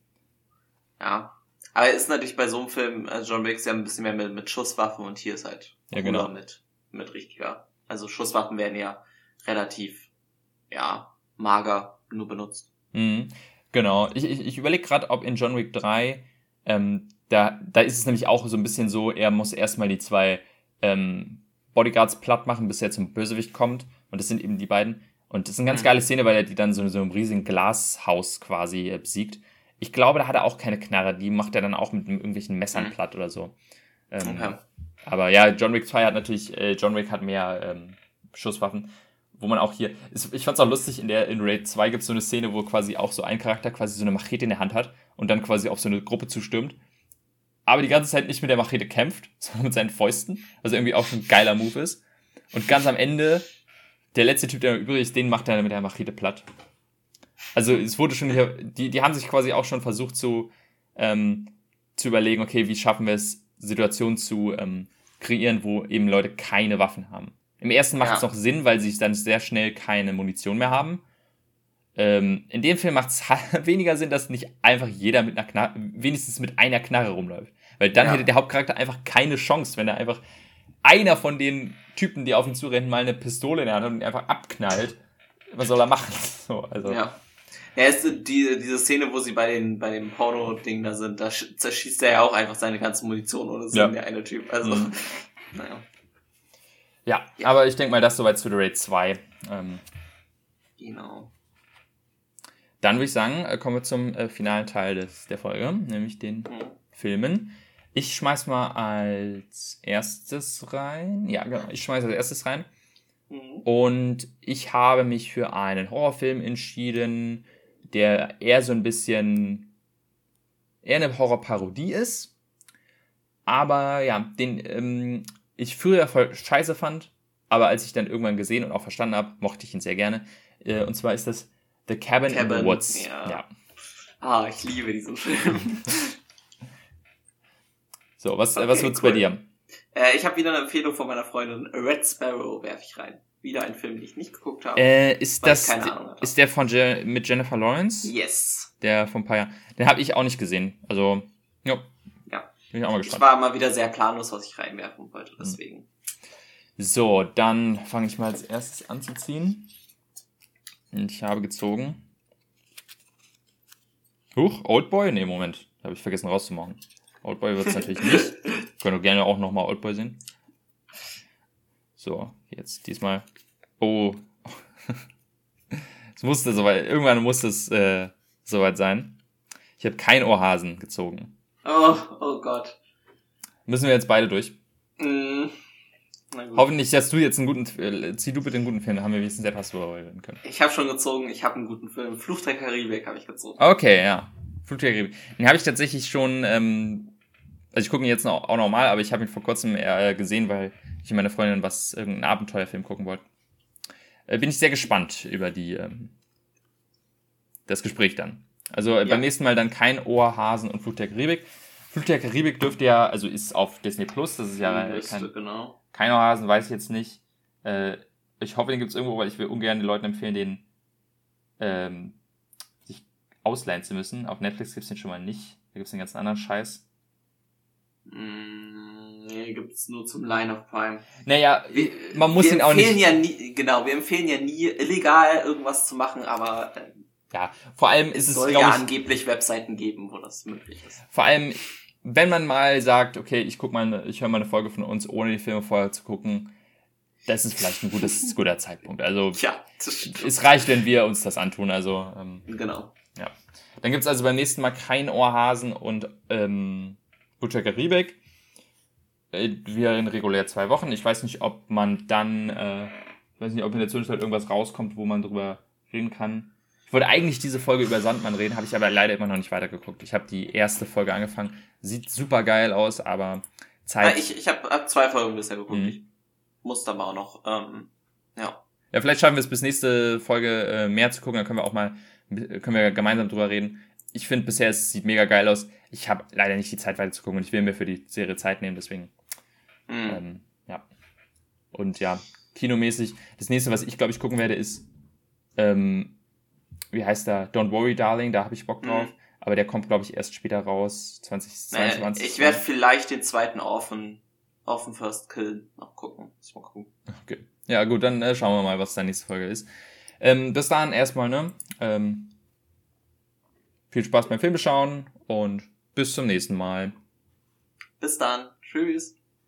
Ja. Aber ist natürlich bei so einem Film, also John Wick ist ja ein bisschen mehr mit, mit Schusswaffen und hier ist halt Ja, genau. cooler mit, mit richtiger. Also Schusswaffen werden ja relativ, ja, mager nur benutzt. Mhm. Genau. Ich, ich, ich überlege gerade, ob in John Wick drei, ähm, da, da ist es nämlich auch so ein bisschen so, er muss erstmal die zwei ähm, Bodyguards platt machen, bis er zum Bösewicht kommt. Und das sind eben die beiden. Und das ist eine ganz Mhm. geile Szene, weil er die dann so in so einem riesigen Glashaus quasi äh, besiegt. Ich glaube, da hat er auch keine Knarre. Die macht er dann auch mit irgendwelchen Messern Mhm. platt oder so. Ähm, Okay. Aber ja, John Wick zwei hat natürlich, äh, John Wick hat mehr ähm, Schusswaffen, wo man auch hier, ist, ich fand's auch lustig, in der in Raid zwei gibt's so eine Szene, wo quasi auch so ein Charakter quasi so eine Machete in der Hand hat und dann quasi auf so eine Gruppe zustürmt, aber die ganze Zeit nicht mit der Machete kämpft, sondern mit seinen Fäusten, was irgendwie auch schon ein geiler Move ist. Und ganz am Ende, der letzte Typ, der noch übrig ist, den macht er mit der Machete platt. Also es wurde schon hier, die, die haben sich quasi auch schon versucht zu, ähm, zu überlegen, okay, wie schaffen wir es, Situationen zu ähm, kreieren, wo eben Leute keine Waffen haben. Im ersten macht es Ja. noch Sinn, weil sie dann sehr schnell keine Munition mehr haben. Ähm, in dem Film macht es weniger Sinn, dass nicht einfach jeder mit einer Knarre, wenigstens mit einer Knarre rumläuft. Weil dann Ja. hätte der Hauptcharakter einfach keine Chance, wenn er einfach einer von den Typen, die auf ihn zurennen, mal eine Pistole in der Hand hat und ihn einfach abknallt. Was soll er machen? So, also. Ja. Ja, ist die, diese Szene, wo sie bei den, bei dem Porno-Ding da sind, da sch- zerschießt er ja auch einfach seine ganze Munition oder so, Ja. der eine Typ. Also, Mhm. naja. Ja, Ja. aber ich denke mal, das soweit zu The Raid zwei. Ähm, Genau. dann würde ich sagen, äh, kommen wir zum äh, finalen Teil des, der Folge, nämlich den Mhm. Filmen. Ich schmeiß mal als erstes rein. Ja, genau. Ich schmeiß als erstes rein. Mhm. Und ich habe mich für einen Horrorfilm entschieden, der eher so ein bisschen eher eine Horrorparodie ist, aber ja, den ähm, ich früher voll scheiße fand, aber als ich dann irgendwann gesehen und auch verstanden habe, mochte ich ihn sehr gerne. Äh, und zwar ist das The Cabin, Cabin in the Woods. Ja. ja. Ah, ich liebe diesen Film. So, was, Okay, was wird's cool. bei dir? Äh, ich habe wieder eine Empfehlung von meiner Freundin. Red Sparrow werfe ich rein. Wieder ein Film, den ich nicht geguckt habe. Äh, ist weil das ich keine Ahnung hatte. ist der von Je- mit Jennifer Lawrence? Yes. Der von ein paar Jahren. Den habe ich auch nicht gesehen. Also, ja. Ja. Bin ich auch mal Ich gespannt. war mal wieder sehr planlos, was ich reinwerfen wollte, deswegen. So, dann fange ich mal als erstes an zu ziehen. Und ich habe gezogen. Huch, Oldboy? Nee, Moment. Habe ich vergessen rauszumachen. Oldboy wird es natürlich nicht. Können wir gerne auch nochmal Oldboy sehen. So, jetzt diesmal. Oh. Es musste soweit, irgendwann muss es äh, soweit sein. Ich habe keinen Ohrhasen gezogen. Oh, oh Gott. Müssen wir jetzt beide durch. Mm, na gut. Hoffentlich hast du jetzt einen guten, äh, zieh du bitte einen guten Film, dann haben wir wenigstens etwas darüber reden können. Ich habe schon gezogen, ich habe einen guten Film. Fluch der Karibik habe ich gezogen. Okay, ja. Fluch der Karibik. Den habe ich tatsächlich schon, ähm, also ich gucke ihn jetzt noch, auch normal, aber ich habe ihn vor kurzem äh, gesehen, weil ich und meine Freundin was, irgendeinen Abenteuerfilm gucken wollten. Äh, bin ich sehr gespannt über die, ähm, das Gespräch dann. Also äh, Ja. beim nächsten Mal dann kein Ohrhasen und Fluch der Karibik. Fluch der Karibik dürfte ja, also ist auf Disney Plus, das ist ja äh, Müsste, kein, genau. kein Ohrhasen, weiß ich jetzt nicht. Äh, ich hoffe, den gibt es irgendwo, weil ich will ungern den Leuten empfehlen, den ähm, sich ausleihen zu müssen. Auf Netflix gibt es den schon mal nicht. Da gibt es den ganzen anderen Scheiß. Mm, nee, gibt's nur zum Line of Prime. Naja, Wir, man muss wir ihn auch empfehlen nicht... ja nie, genau, wir empfehlen ja nie illegal irgendwas zu machen, aber äh, Ja, vor allem ist es es, soll glaube ja ich... angeblich Webseiten geben, wo das möglich ist. Vor allem, wenn man mal sagt, okay, ich guck mal, eine, ich höre mal eine Folge von uns, ohne die Filme vorher zu gucken, das ist vielleicht ein gutes, guter Zeitpunkt. Also, Ja, das stimmt. es reicht, wenn wir uns das antun. Also, ähm, Genau. ja. Dann gibt's also beim nächsten Mal kein Ohrhasen und ähm, Fluch der Karibik. Äh, wir in regulär zwei Wochen. Ich weiß nicht, ob man dann, äh, ich weiß nicht, ob in der Zwischenzeit irgendwas rauskommt, wo man drüber reden kann. Ich wollte eigentlich diese Folge über Sandmann reden, habe ich aber leider immer noch nicht weitergeguckt. Ich habe die erste Folge angefangen. Sieht super geil aus, aber Zeit... Ah, ich ich habe hab zwei Folgen bisher geguckt. Mhm. Ich muss da mal auch noch, ähm, ja. Ja, vielleicht schaffen wir es bis nächste Folge äh, mehr zu gucken, dann können wir auch mal, können wir gemeinsam drüber reden. Ich finde bisher, es sieht mega geil aus. Ich habe leider nicht die Zeit weiter zu gucken und ich will mir für die Serie Zeit nehmen, deswegen, Mhm. ähm, ja. Und ja, kinomäßig, das nächste, was ich glaube ich gucken werde, ist, ähm, wie heißt der? Don't Worry Darling, da habe ich Bock drauf. Mhm. Aber der kommt, glaube ich, erst später raus, zwanzig zweiundzwanzig. Naja, ich werde vielleicht den zweiten Orphan, Orphan First Kill noch gucken. Muss ich mal gucken. Okay. Ja, gut, dann äh, schauen wir mal, was dann nächste Folge ist. Ähm, bis dahin erstmal, ne? Ähm, viel Spaß beim Filmschauen und bis zum nächsten Mal. Bis dann. Tschüss.